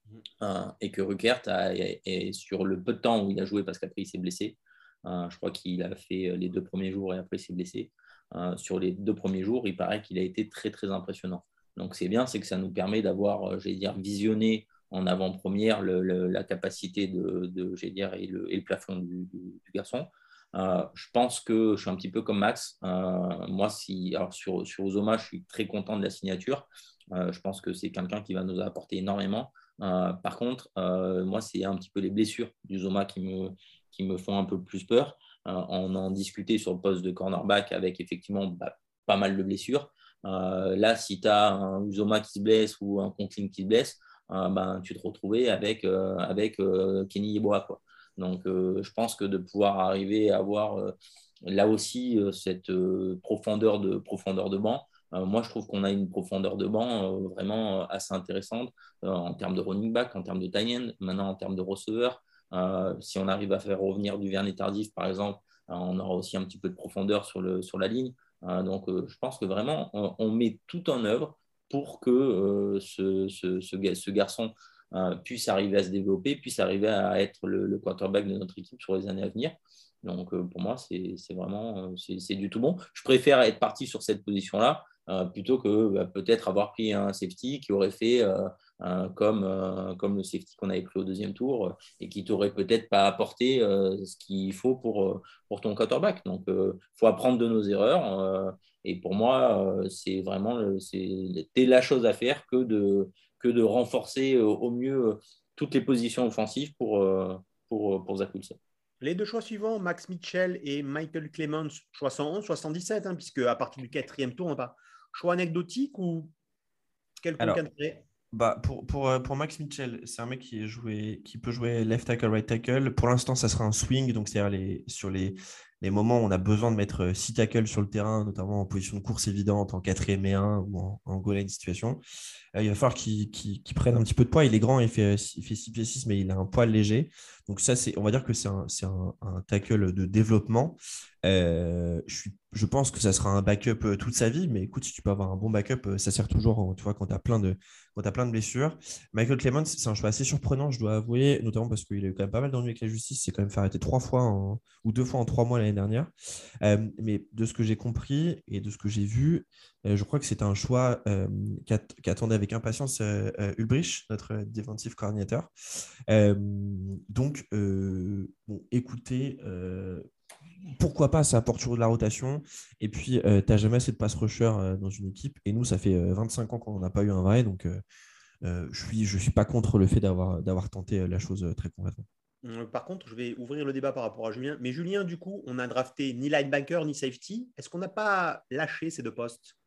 S5: et que Ruckert, est sur le peu de temps où il a joué, parce qu'après il s'est blessé, je crois qu'il a fait les 2 premiers jours et après il s'est blessé. Sur les 2 premiers jours, il paraît qu'il a été très, très impressionnant. Donc, c'est bien, c'est que ça nous permet d'avoir, visionné en avant-première la capacité et le plafond du garçon. Je pense que je suis un petit peu comme Max. Moi, alors sur Uzoma, je suis très content de la signature. Je pense que c'est quelqu'un qui va nous apporter énormément. Par contre, moi, c'est un petit peu les blessures d'Uzoma qui me font un peu plus peur. On en discutait sur le poste de cornerback avec effectivement pas mal de blessures. Là, si tu as un Uzoma qui se blesse ou un Conklin qui se blesse, tu te retrouvais avec Kenny Yeboah, quoi. Donc, je pense que de pouvoir arriver à avoir là aussi cette profondeur de banc, moi, je trouve qu'on a une profondeur de banc vraiment assez intéressante en termes de running back, en termes de tight end, maintenant en termes de receveur. Si on arrive à faire revenir Duvernay Tardif, par exemple, on aura aussi un petit peu de profondeur sur la ligne. Donc, je pense que vraiment, on met tout en œuvre pour que ce garçon puisse arriver à se développer, puisse arriver à être le quarterback de notre équipe sur les années à venir. Donc, pour moi, c'est vraiment c'est du tout bon. Je préfère être parti sur cette position-là plutôt que peut-être avoir pris un safety qui aurait fait comme le safety qu'on avait pris au 2e tour et qui t'aurait peut-être pas apporté ce qu'il faut pour ton quarterback. Donc, il faut apprendre de nos erreurs. Et pour moi, c'est vraiment la chose à faire que de renforcer au mieux toutes les positions offensives pour Zach Wilson.
S4: Les 2 choix suivants, Max Mitchell et Michael Clemons, choix 111, 77, hein, puisque à partir du 4e tour, on n'a pas choix anecdotique ou quelconque intérêt.
S6: Pour Max Mitchell, c'est un mec qui peut jouer left tackle, right tackle. Pour l'instant, ça sera un swing, donc c'est-à-dire sur les moments où on a besoin de mettre 6 tackles sur le terrain, notamment en position de course évidente, en 4e et 1 ou en goal line situation. Il va falloir qu'il prenne un petit peu de poids. Il est grand, il fait 6 pieds 6, mais il a un poil léger. Donc ça, on va dire que c'est un tackle de développement. Je pense que ça sera un backup toute sa vie, mais écoute, si tu peux avoir un bon backup, ça sert toujours, tu vois, quand tu as plein de blessures. Michael Clemons, c'est un choix assez surprenant, je dois avouer, notamment parce qu'il a eu quand même pas mal d'ennuis avec la justice. Il s'est quand même fait arrêter 3 fois ou 2 fois en 3 mois l'année dernière. Mais de ce que j'ai compris et de ce que j'ai vu, je crois que c'était un choix qu'attendait avec impatience Ulbrich, notre defensive coordinator. Donc, écoutez, pourquoi pas, ça apporte toujours de la rotation. Et puis, tu n'as jamais assez de pass rusher dans une équipe. Et nous, ça fait 25 ans qu'on n'a pas eu un vrai. Donc, je suis pas contre le fait d'avoir tenté la chose très concrètement.
S4: Par contre, je vais ouvrir le débat par rapport à Julien. Mais Julien, du coup, on a drafté ni linebacker ni safety. Est-ce qu'on n'a pas lâché ces 2 postes?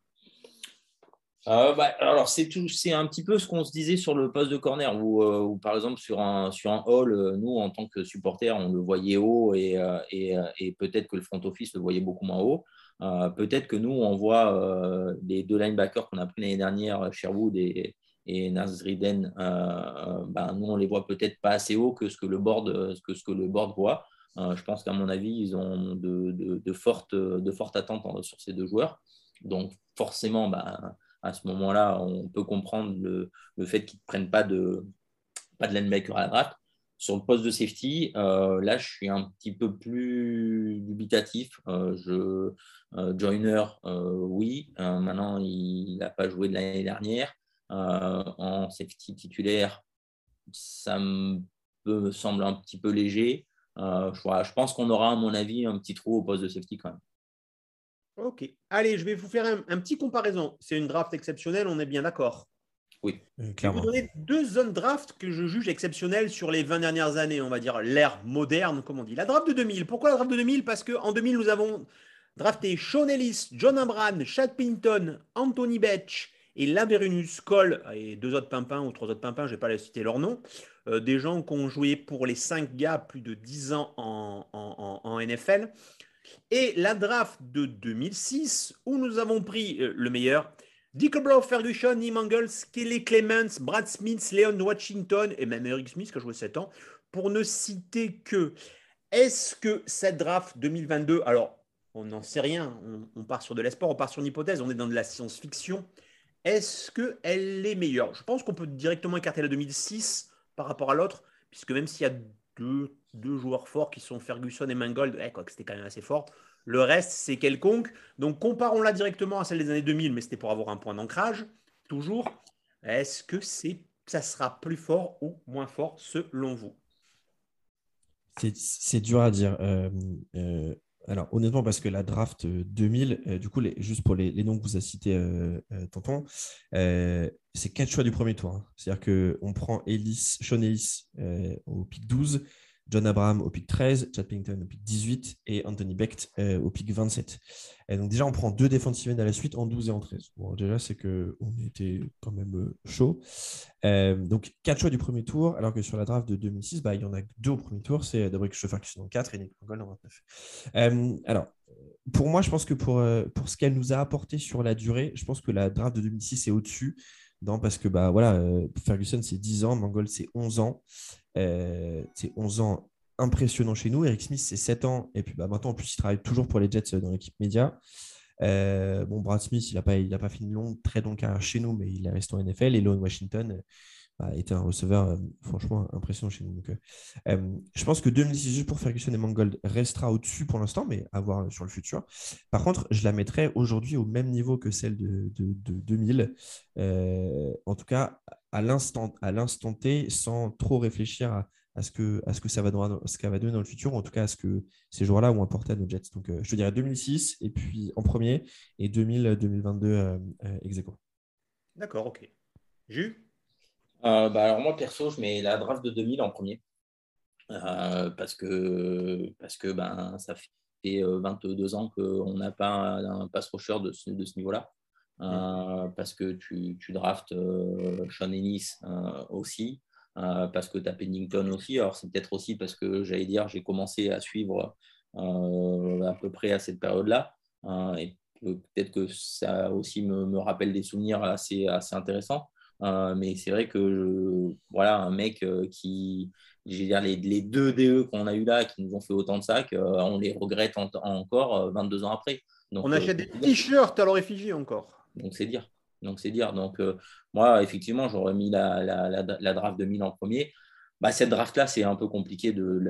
S5: Alors, c'est un petit peu ce qu'on se disait sur le poste de corner où par exemple, sur un hall, nous, en tant que supporters, on le voyait haut et peut-être que le front office le voyait beaucoup moins haut. Peut-être que nous, on voit les 2 linebackers qu'on a pris l'année dernière, Sherwood et Nasriden, nous, on les voit peut-être pas assez haut que ce que le board voit. Je pense qu'à mon avis, ils ont de fortes attentes sur ces 2 joueurs. Donc, forcément, à ce moment-là, on peut comprendre le fait qu'ils ne prennent pas de linebacker à la draft. Sur le poste de safety, là, je suis un petit peu plus dubitatif. Joyner, oui. Maintenant, il n'a pas joué de l'année dernière. En safety titulaire, ça me semble un petit peu léger. Je pense qu'on aura, à mon avis, un petit trou au poste de safety quand même.
S4: Ok. Allez, je vais vous faire un petit comparaison. C'est une draft exceptionnelle, on est bien d'accord.
S5: Oui.
S4: Je vais
S6: Clairement.
S4: vous donner 2 zones draft que je juge exceptionnelles sur les 20 dernières années, on va dire l'ère moderne, comme on dit. La draft de 2000. Pourquoi la draft de 2000? Parce qu'en 2000, nous avons drafté Sean Ellis, John Abram, Chad Pinton, Anthony Betch et Laverinus Cole, et 2 autres pimpins ou 3 autres pimpins, je ne vais pas les citer leur nom. Des gens qui ont joué pour les 5 gars plus de 10 ans en NFL. Et la draft de 2006, où nous avons pris le meilleur, Dickelbrough, Ferguson, Neil Mangles, Kelly Clements, Brad Smith, Leon Washington et même Eric Smith qui a joué 7 ans, pour ne citer que. Est-ce que cette draft 2022, alors on n'en sait rien, on part sur de l'espoir, on part sur une hypothèse, on est dans de la science-fiction, est-ce qu'elle est meilleure? Je pense qu'on peut directement écarter la 2006 par rapport à l'autre, puisque même s'il y a deux joueurs forts qui sont Ferguson et Mangold, quoi que c'était quand même assez fort, le reste c'est quelconque. Donc comparons-la directement à celle des années 2000, mais c'était pour avoir un point d'ancrage, toujours. Est-ce que ça sera plus fort ou moins fort selon vous?
S6: C'est dur à dire. Alors, honnêtement, parce que la draft 2000, du coup, juste pour les noms que vous avez cités, Tonton, c'est 4 choix du premier tour, hein. C'est-à-dire qu'on prend Sean Ellis au pick 12, John Abraham au pick 13, Chad Pennington au pick 18 et Anthony Becht au pick 27. Et donc déjà, on prend 2 defensive ends à la suite en 12 et en 13. Bon, déjà, c'est qu'on était quand même chaud. Donc 4 choix du premier tour, alors que sur la draft de 2006, il y en a 2 au premier tour. C'est Derek Ferguson en 4 et Nick Mangold en 29. Alors, pour moi, je pense que pour ce qu'elle nous a apporté sur la durée, je pense que la draft de 2006 est au-dessus. Non, parce que Ferguson, c'est 10 ans, Mangold, c'est 11 ans. C'est 11 ans impressionnant chez nous. Eric Smith, c'est 7 ans. Et puis maintenant, en plus, il travaille toujours pour les Jets dans l'équipe média. Brad Smith, il n'a pas fait une très longue carrière chez nous, mais il est resté en NFL. Et Leon Washington était un receveur franchement impressionnant chez nous. Donc, je pense que 2006, juste pour Ferguson et Mangold, restera au-dessus pour l'instant, mais à voir sur le futur. Par contre, je la mettrais aujourd'hui au même niveau que celle de 2000. En tout cas, à l'instant T, sans trop réfléchir à ce que ça va donner, ce qu'elle va donner dans le futur, ou en tout cas à ce que ces joueurs-là ont apporté à nos Jets. Donc, je te dirais 2006 et puis en premier et 2000-2022 ex aequo.
S4: D'accord, ok. Jus?
S5: Alors moi, perso, je mets la draft de 2000 en premier. Parce que ça fait 22 ans qu'on n'a pas un pass rusher de ce niveau-là. Parce que tu draftes Sean Ellis aussi, parce que tu as Pennington aussi. Alors, c'est peut-être aussi parce que j'ai commencé à suivre à peu près à cette période-là. Et peut-être que ça aussi me rappelle des souvenirs assez intéressants. Mais c'est vrai que un mec qui, les 2 DE qu'on a eu là, qui nous ont fait autant de sacs, on les regrette encore 22 ans après. Donc,
S4: on achète des t-shirts à leur effigie encore.
S5: Donc, c'est dire. Donc, moi, effectivement, j'aurais mis la draft 2000 en premier. Cette draft-là, c'est un peu compliqué de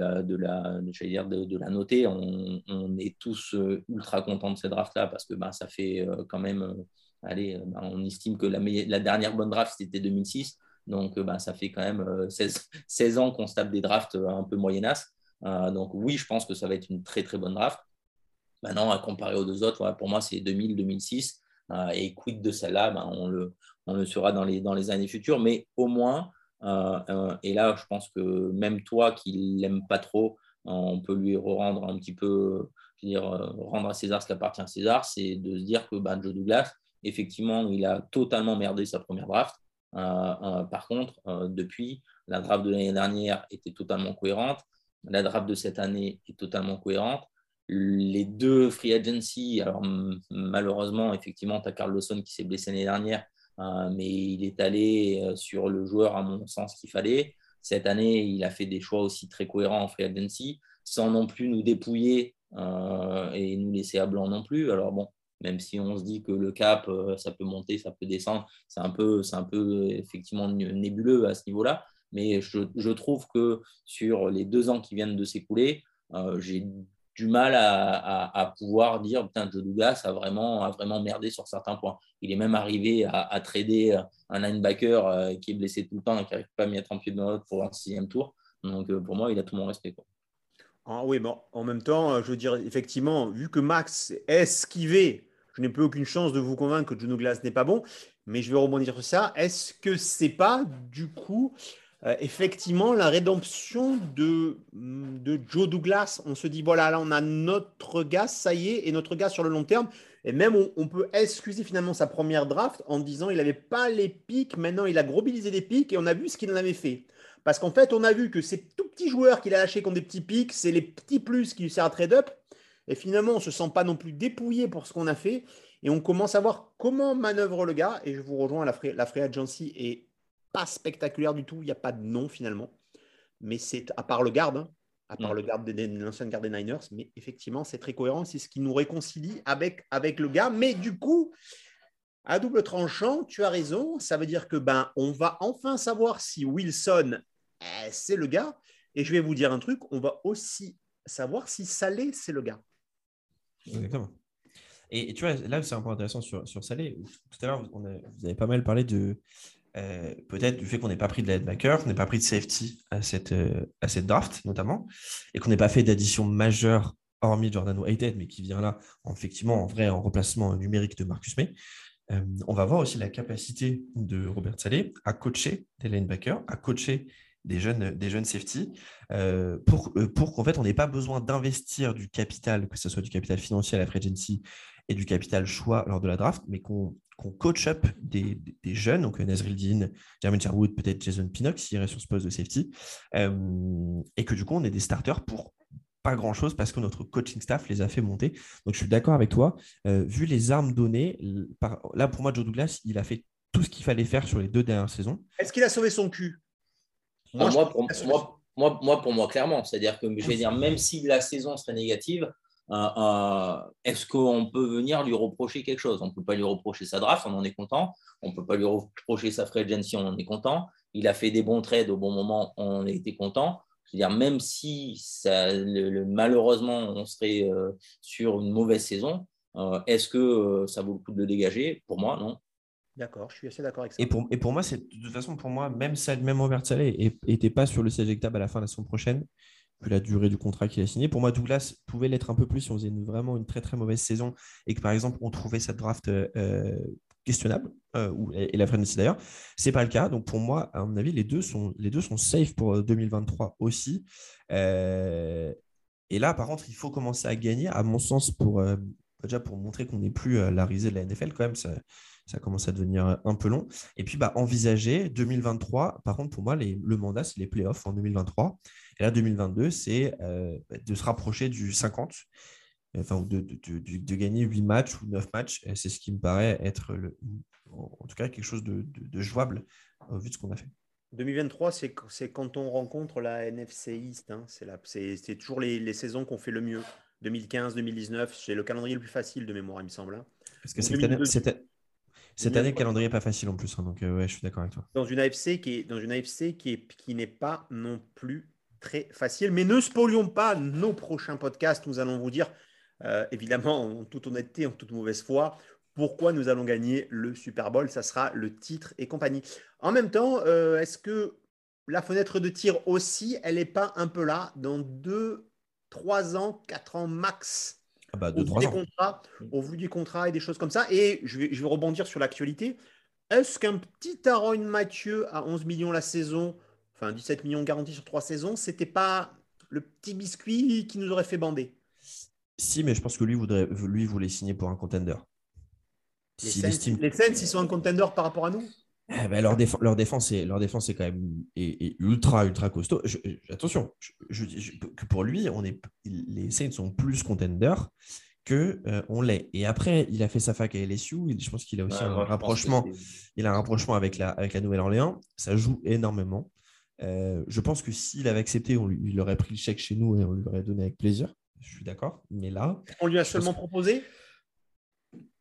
S5: la noter. On est tous ultra contents de cette draft-là parce que ça fait quand même... on estime que la dernière bonne draft, c'était 2006. Donc, ça fait quand même 16 ans qu'on se tape des drafts un peu moyennasses. Donc, oui, je pense que ça va être une très, très bonne draft. Maintenant, à comparer aux 2 autres, pour moi, c'est 2000, 2006. Et quid de celle-là, on le saura dans les années futures. Mais au moins, et là, je pense que même toi qui ne l'aimes pas trop, on peut lui rendre un petit peu, rendre à César ce qui appartient à César, c'est de se dire que Joe Douglas, effectivement, il a totalement merdé sa première draft. Par contre, depuis, la draft de l'année dernière était totalement cohérente. La draft de cette année est totalement cohérente. Les 2 free agency, alors malheureusement, effectivement, tu as Carl Lawson qui s'est blessé l'année dernière, mais il est allé sur le joueur, à mon sens, qu'il fallait. Cette année, il a fait des choix aussi très cohérents en free agency, sans non plus nous dépouiller et nous laisser à blanc non plus. Alors bon, même si on se dit que le cap, ça peut monter, ça peut descendre. C'est un peu effectivement nébuleux à ce niveau-là. Mais je trouve que sur les 2 ans qui viennent de s'écouler, j'ai du mal à pouvoir dire putain, Joe Douglas a vraiment merdé sur certains points. Il est même arrivé à trader un linebacker qui est blessé tout le temps et qui n'arrive pas à mettre un pied de note pour un 6e tour. Donc pour moi, il a tout mon respect, quoi.
S4: Ah oui, bon, en même temps, je veux dire, effectivement, vu que Max est esquivé, je n'ai plus aucune chance de vous convaincre que Joe Douglas n'est pas bon, mais je vais rebondir sur ça. Est-ce que c'est pas, du coup, effectivement, la rédemption de Joe Douglas? On se dit, voilà, là, on a notre gars, ça y est, et notre gars sur le long terme. Et même, on peut excuser finalement sa première draft en disant il n'avait pas les pics, maintenant il a grobilisé des pics, et on a vu ce qu'il en avait fait. Parce qu'en fait, on a vu que ces tout petits joueurs qu'il a lâchés contre des petits pics, c'est les petits plus qui lui servent à trade-up. Et finalement, on ne se sent pas non plus dépouillé pour ce qu'on a fait. Et on commence à voir comment manœuvre le gars. Et je vous rejoins, la free agency est pas spectaculaire du tout. Il n'y a pas de nom finalement. Mais c'est à part le garde, hein, à part le garde de l'ancienne garde des Niners. Mais effectivement, c'est très cohérent. C'est ce qui nous réconcilie avec le gars. Mais du coup, à double tranchant, tu as raison. Ça veut dire que on va enfin savoir si Wilson, c'est le gars. Et je vais vous dire un truc, on va aussi savoir si Saleh, c'est le gars.
S6: Exactement. Et tu vois, là, c'est un point intéressant sur Saleh. Tout à l'heure, vous avez pas mal parlé de peut-être du fait qu'on n'ait pas pris de linebacker, qu'on n'ait pas pris de safety à cette draft, notamment, et qu'on n'ait pas fait d'addition majeure, hormis Jordan Whitehead, mais qui vient là, effectivement, en vrai, en remplacement numérique de Marcus May. On va voir aussi la capacité de Robert Saleh à coacher des linebackers, à coacher des jeunes safety, pour qu'en fait, on n'ait pas besoin d'investir du capital, que ce soit du capital financier à la free agency et du capital choix lors de la draft, mais qu'on coach up des jeunes, donc Nazril Dean, Jermaine Sherwood, peut-être Jason Pinnock, s'il irait sur ce poste de safety, et que du coup, on ait des starters pour pas grand-chose parce que notre coaching staff les a fait monter. Donc, je suis d'accord avec toi. Vu les armes données, là, pour moi, Joe Douglas, il a fait tout ce qu'il fallait faire sur les 2 dernières saisons.
S4: Est-ce qu'il a sauvé son cul?
S5: Pour moi, clairement. C'est-à-dire que, je vais dire, même si la saison serait négative, est-ce qu'on peut venir lui reprocher quelque chose? On ne peut pas lui reprocher sa draft, on en est content. On ne peut pas lui reprocher sa free agency, on en est content. Il a fait des bons trades au bon moment, on a été content. Je veux dire, même si malheureusement on serait sur une mauvaise saison, est-ce que ça vaut le coup de le dégager? Pour moi, non.
S4: D'accord, je suis assez d'accord avec ça.
S6: Et pour moi, de toute façon, pour moi, même Robert Saleh n'était pas sur le siège éjectable à la fin de la saison prochaine, vu la durée du contrat qu'il a signé. Pour moi, Douglas pouvait l'être un peu plus si on faisait vraiment une très très mauvaise saison et que par exemple on trouvait cette draft questionnable, et la free agency d'ailleurs. C'est pas le cas. Donc pour moi, à mon avis, les deux sont safe pour 2023 aussi. Et là, par contre, il faut commencer à gagner, à mon sens, déjà pour montrer qu'on n'est plus la risée de la NFL quand même. Ça commence à devenir un peu long. Et puis, envisager 2023. Par contre, pour moi, le mandat, c'est les playoffs en 2023. Et là, 2022, c'est de se rapprocher du 50, enfin, de gagner 8 matchs ou 9 matchs. Et c'est ce qui me paraît être, en tout cas, quelque chose de jouable vu de ce qu'on a fait.
S4: 2023, c'est quand on rencontre la NFC East. Hein. C'est toujours les saisons qu'on fait le mieux. 2015, 2019, c'est le calendrier le plus facile de mémoire, il me semble. Hein.
S6: Parce que cette année, le calendrier n'est pas facile en plus. Hein, donc, ouais, je suis d'accord avec toi.
S4: Dans une AFC qui n'est pas non plus très facile. Mais ne spolions pas nos prochains podcasts. Nous allons vous dire, évidemment, en toute honnêteté, en toute mauvaise foi, pourquoi nous allons gagner le Super Bowl. Ça sera le titre et compagnie. En même temps, est-ce que la fenêtre de tir aussi, elle n'est pas un peu là dans 2, 3 ans, 4 ans max? Au vu des contrats et des choses comme ça. Et je vais rebondir sur l'actualité. Est-ce qu'un petit Aaron Mathieu à 11 millions la saison, enfin 17 millions garantis sur 3 saisons, c'était pas le petit biscuit qui nous aurait fait bander?
S6: Si, mais je pense que lui voulait signer pour un contender.
S4: Les Saints, ils sont un contender par rapport à nous?
S6: Leur défense est quand même ultra costaud. Attention, je dis que pour lui, les Saints sont plus contenders que on l'est. Et après, il a fait sa fac à LSU. Je pense qu'il a aussi un rapprochement. Il a un rapprochement avec la Nouvelle-Orléans. Ça joue énormément. Je pense que s'il avait accepté, il aurait pris le chèque chez nous et on lui aurait donné avec plaisir. Je suis d'accord. Mais là,
S4: on lui a seulement proposé.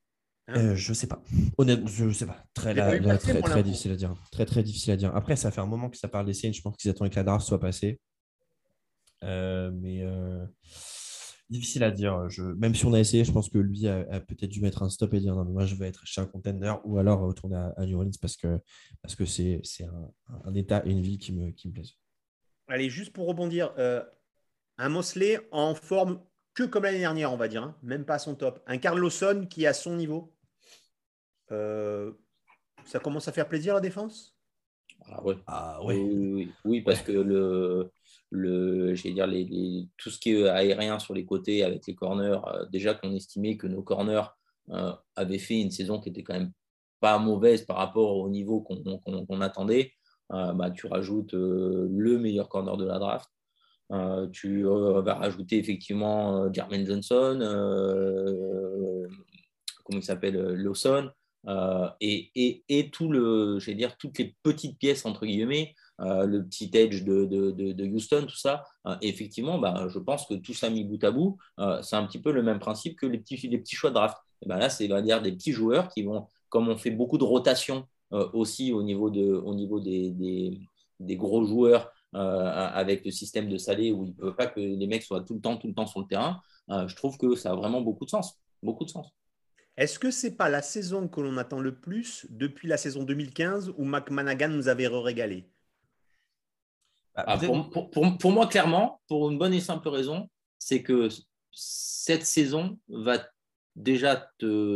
S6: Je sais pas. Honnêtement, je sais pas.
S4: J'ai pas eu passer,
S6: Très,
S4: moi,
S6: très
S4: l'info.
S6: difficile à dire. Très, très difficile à dire. Après, ça fait un moment que ça parle des Saints. Je pense qu'ils attendaient que la draft soit passée. Mais difficile à dire. Même si on a essayé, je pense que lui a peut-être dû mettre un stop et dire non, mais moi je veux être chez un contender ou alors retourner à New Orleans parce que c'est un état et une ville qui me plaisent.
S4: Allez, juste pour rebondir, un Mosley en forme que comme l'année dernière, on va dire, hein, même pas à son top. Un Carl Lawson qui est à son niveau. Euh, Ça commence à faire plaisir la défense?
S5: Ah ouais.
S6: Ah
S5: Oui,
S6: ouais.
S5: oui, oui. Oui, parce
S6: Ouais.
S5: que je vais dire, tout ce qui est aérien sur les côtés avec les corners, déjà qu'on estimait que nos corners avaient fait une saison qui était quand même pas mauvaise par rapport au niveau qu'on attendait. Bah, tu rajoutes le meilleur corner de la draft. Tu vas rajouter effectivement Jermaine Johnson, comment il s'appelle, Lawson, et tout je vais dire, toutes les petites pièces, entre guillemets, le petit edge de Houston, tout ça. Effectivement, bah, je pense que tout ça mis bout à bout, c'est un petit peu le même principe que les petits choix de draft. Et ben là, c'est, on va dire, des petits joueurs qui vont, comme on fait beaucoup de rotation aussi au niveau des gros joueurs avec le système de Salé où il ne veut pas que les mecs soient tout le temps sur le terrain, je trouve que ça a vraiment beaucoup de sens. Beaucoup de sens.
S4: Est-ce que c'est pas la saison que l'on attend le plus depuis la saison 2015 où McManagan nous avait régalé?
S6: Bah, peut-être.
S5: Pour moi, clairement, pour une bonne et simple raison, c'est que cette saison va déjà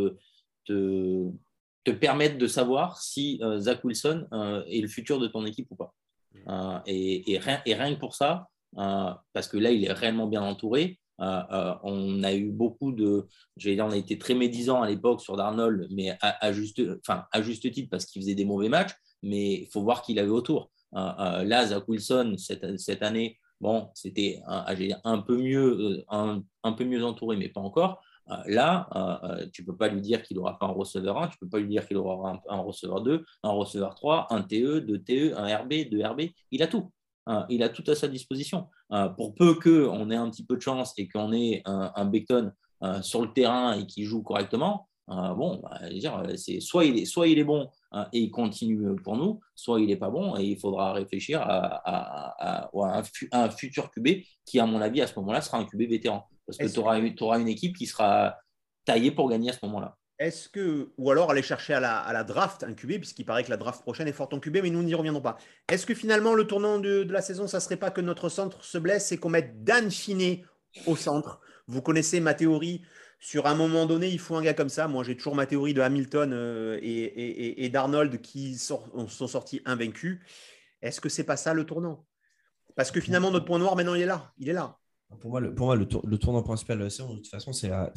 S5: te permettre de savoir si Zach Wilson est le futur de ton équipe ou pas. Et rien que pour ça, parce que là, il est réellement bien entouré. On a eu beaucoup j'allais dire, on a été très médisants à l'époque sur Darnold, mais à juste titre parce qu'il faisait des mauvais matchs, mais il faut voir qui il avait autour. Là, Zach Wilson, cette année, bon, c'était un peu mieux, un peu mieux entouré, mais pas encore. Là, tu ne peux pas lui dire qu'il n'aura pas un receveur 1, tu ne peux pas lui dire qu'il aura un receveur 2, un receveur 3, un TE, 2 TE, un RB, 2 RB. Il a tout. Il a tout à sa disposition. Pour peu qu'on ait un petit peu de chance et qu'on ait un Becton sur le terrain et qu'il joue correctement, bon, bah, dire, soit il est bon et il continue pour nous, soit il n'est pas bon et il faudra réfléchir à un futur QB qui, à mon avis, à ce moment-là, sera un QB vétéran. Parce que tu auras une équipe qui sera taillée pour gagner à ce moment-là.
S4: Est-ce que, ou alors aller chercher à la draft un QB, puisqu'il paraît que la draft prochaine est forte en QB, mais nous n'y reviendrons pas. Est-ce que finalement, le tournant de la saison, ça ne serait pas que notre centre se blesse et qu'on mette Dan Finney au centre? Vous connaissez ma théorie. Sur un moment donné, il faut un gars comme ça. Moi, j'ai toujours ma théorie de Hamilton et d'Arnold qui sont sortis invaincus. Est-ce que c'est pas ça le tournant? Parce que finalement, notre point noir, maintenant, il est là. Il est là.
S6: Pour moi, le tournant principal de la saison, de toute façon,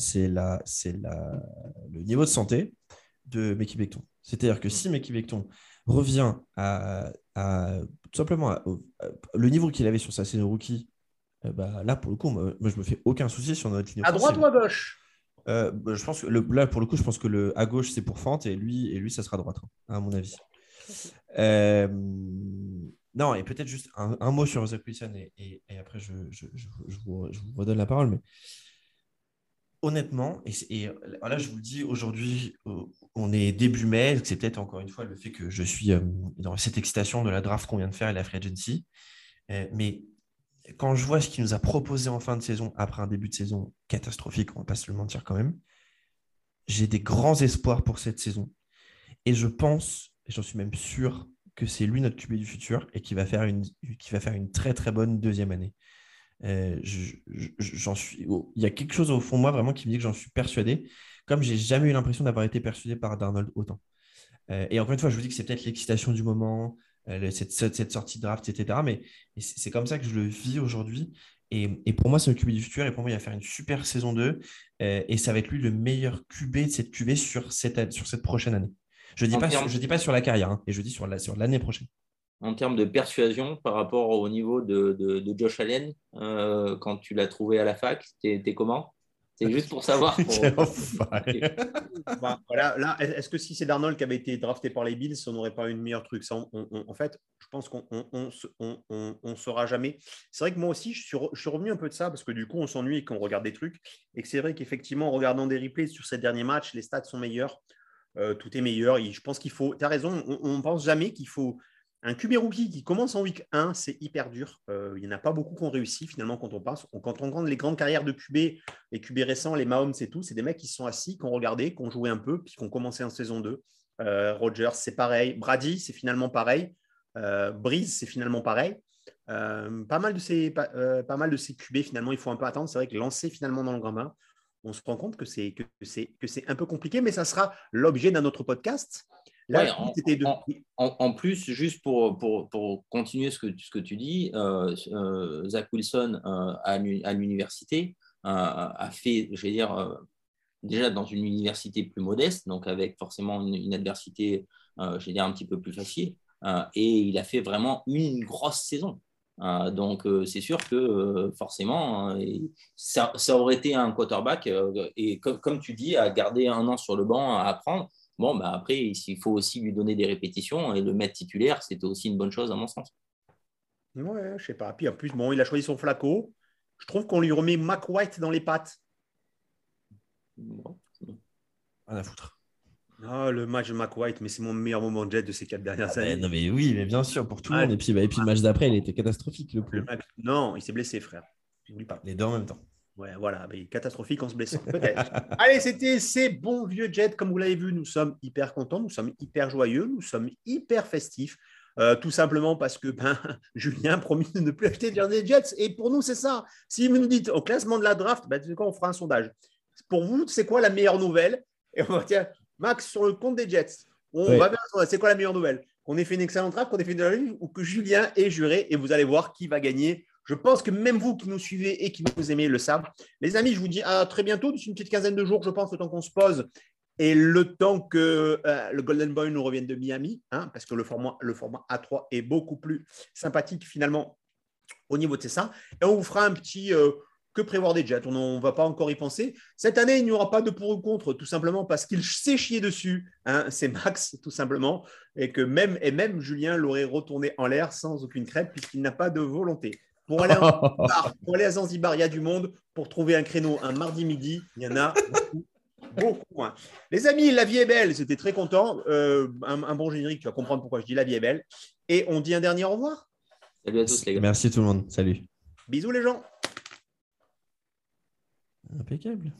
S6: le niveau de santé de Mekhi Becton. C'est-à-dire que si Mekhi Becton revient tout simplement le niveau qu'il avait sur sa saison rookie, bah, là, pour le coup, moi, je me fais aucun souci sur notre ligne
S4: À
S6: offensive.
S4: droite ou à gauche?
S6: Je pense que là, pour le coup, je pense que à gauche, c'est pour Fante et lui, ça sera à droite, hein, à mon avis. Non, et peut-être juste un mot sur Zach Wilson et après je vous redonne la parole. Mais honnêtement, et là je vous le dis, aujourd'hui, on est début mai, c'est peut-être encore une fois le fait que je suis dans cette excitation de la draft qu'on vient de faire et la free agency. Mais quand je vois ce qu'il nous a proposé en fin de saison, après un début de saison catastrophique, on ne va pas se le mentir quand même, j'ai des grands espoirs pour cette saison. Et je pense, et j'en suis même sûr, que c'est lui notre QB du futur et qui va faire une très très bonne deuxième année. J'en suis, il y a quelque chose au fond de moi vraiment qui me dit que j'en suis persuadé, comme j'ai jamais eu l'impression d'avoir été persuadé par Darnold autant. Et encore une fois, je vous dis que c'est peut-être l'excitation du moment, cette sortie de draft, etc. Mais c'est comme ça que je le vis aujourd'hui. Et pour moi, c'est le QB du futur. Et pour moi, il va faire une super saison 2. Et ça va être lui le meilleur QB de cette QB sur cette prochaine année. Je ne dis pas sur la carrière, hein, et je dis sur l'année prochaine.
S5: En termes de persuasion par rapport au niveau de Josh Allen, quand tu l'as trouvé à la fac, t'es comment? C'est juste pour savoir.
S6: Quel enfoiré.
S4: Bah, voilà, là, est-ce que si c'est Darnold qui avait été drafté par les Bills, on n'aurait pas eu une meilleure truc? Ça, en fait, je pense qu'on on saura jamais. C'est vrai que moi aussi, je suis revenu un peu de ça parce que du coup, on s'ennuie et qu'on regarde des trucs. Et que c'est vrai qu'effectivement, en regardant des replays sur ces derniers matchs, les stats sont meilleurs. Tout est meilleur. Et je pense qu'il faut. Tu as raison, on ne pense jamais qu'il faut. Un QB rookie qui commence en week 1, c'est hyper dur. Il n'y en a pas beaucoup qui ont réussi finalement quand on pense. Quand on regarde les grandes carrières de QB, les QB récents, les Mahomes et tout, c'est des mecs qui sont assis, qui ont regardé, qui ont joué un peu, puis qui ont commencé en saison 2. Rodgers, c'est pareil. Brady, c'est finalement pareil. Breeze, c'est finalement pareil. Pas mal de ces QB, finalement, il faut un peu attendre. C'est vrai que lancer finalement dans le grand bain, on se rend compte que c'est un peu compliqué, mais ça sera l'objet d'un autre podcast. Là,
S5: ouais, en plus, juste pour continuer ce que tu dis, Zach Wilson à l'université a fait, je vais dire, déjà dans une université plus modeste, donc avec forcément une adversité, je vais dire, un petit peu plus facile, et il a fait vraiment une grosse saison. Donc, c'est sûr que forcément, ça aurait été un quarterback, et comme tu dis, à garder un an sur le banc, à apprendre. Bon, bah après, il faut aussi lui donner des répétitions et le mettre titulaire, c'était aussi une bonne chose à mon sens.
S4: Ouais, je sais pas. Puis en plus, bon, il a choisi son Flacco. Je trouve qu'on lui remet Mac White dans les pattes.
S5: Bon.
S6: Rien à foutre.
S4: Ah, le match de Mac White, mais c'est mon meilleur moment de jet de ces 4 dernières années.
S6: Non, mais oui, mais bien sûr, pour tout le monde. Et puis le match d'après, il était catastrophique, le pauvre.
S4: Non, il s'est blessé, frère. N'oublie pas.
S6: Les deux en même temps.
S4: Ouais, voilà, mais catastrophique en se blessant, peut-être. Allez, c'était ces bons vieux Jets. Comme vous l'avez vu, nous sommes hyper contents, nous sommes hyper joyeux, nous sommes hyper festifs. Tout simplement parce que Julien a promis de ne plus acheter de jersey Jets. Et pour nous, c'est ça. Si vous nous dites au classement de la draft, tu sais quoi, on fera un sondage. Pour vous, c'est quoi la meilleure nouvelle? Et on va dire, Max, sur le compte des Jets, on va faire c'est quoi la meilleure nouvelle? Qu'on ait fait une excellente draft, qu'on ait fait une draft, ou que Julien ait juré, et vous allez voir qui va gagner. Je pense que même vous qui nous suivez et qui nous aimez le savent. Les amis, je vous dis à très bientôt, d'ici une petite quinzaine de jours, je pense, le temps qu'on se pose et le temps que le Golden Boy nous revienne de Miami, parce que le format A3 est beaucoup plus sympathique finalement au niveau de ça. Et on vous fera un petit que prévoir des Jets. On ne va pas encore y penser. Cette année, il n'y aura pas de pour ou contre, tout simplement parce qu'il s'est chié dessus. C'est Max, tout simplement. Et que même Julien l'aurait retourné en l'air sans aucune crête puisqu'il n'a pas de volonté. Pour aller à Zanzibar, il y a du monde. Pour trouver un créneau un mardi midi, il y en a beaucoup. Les amis, la vie est belle. C'était très content. Un bon générique, tu vas comprendre pourquoi je dis la vie est belle. Et on dit un dernier au revoir.
S5: Salut à tous, les gars.
S6: Merci tout le monde. Salut.
S4: Bisous les gens.
S6: Impeccable.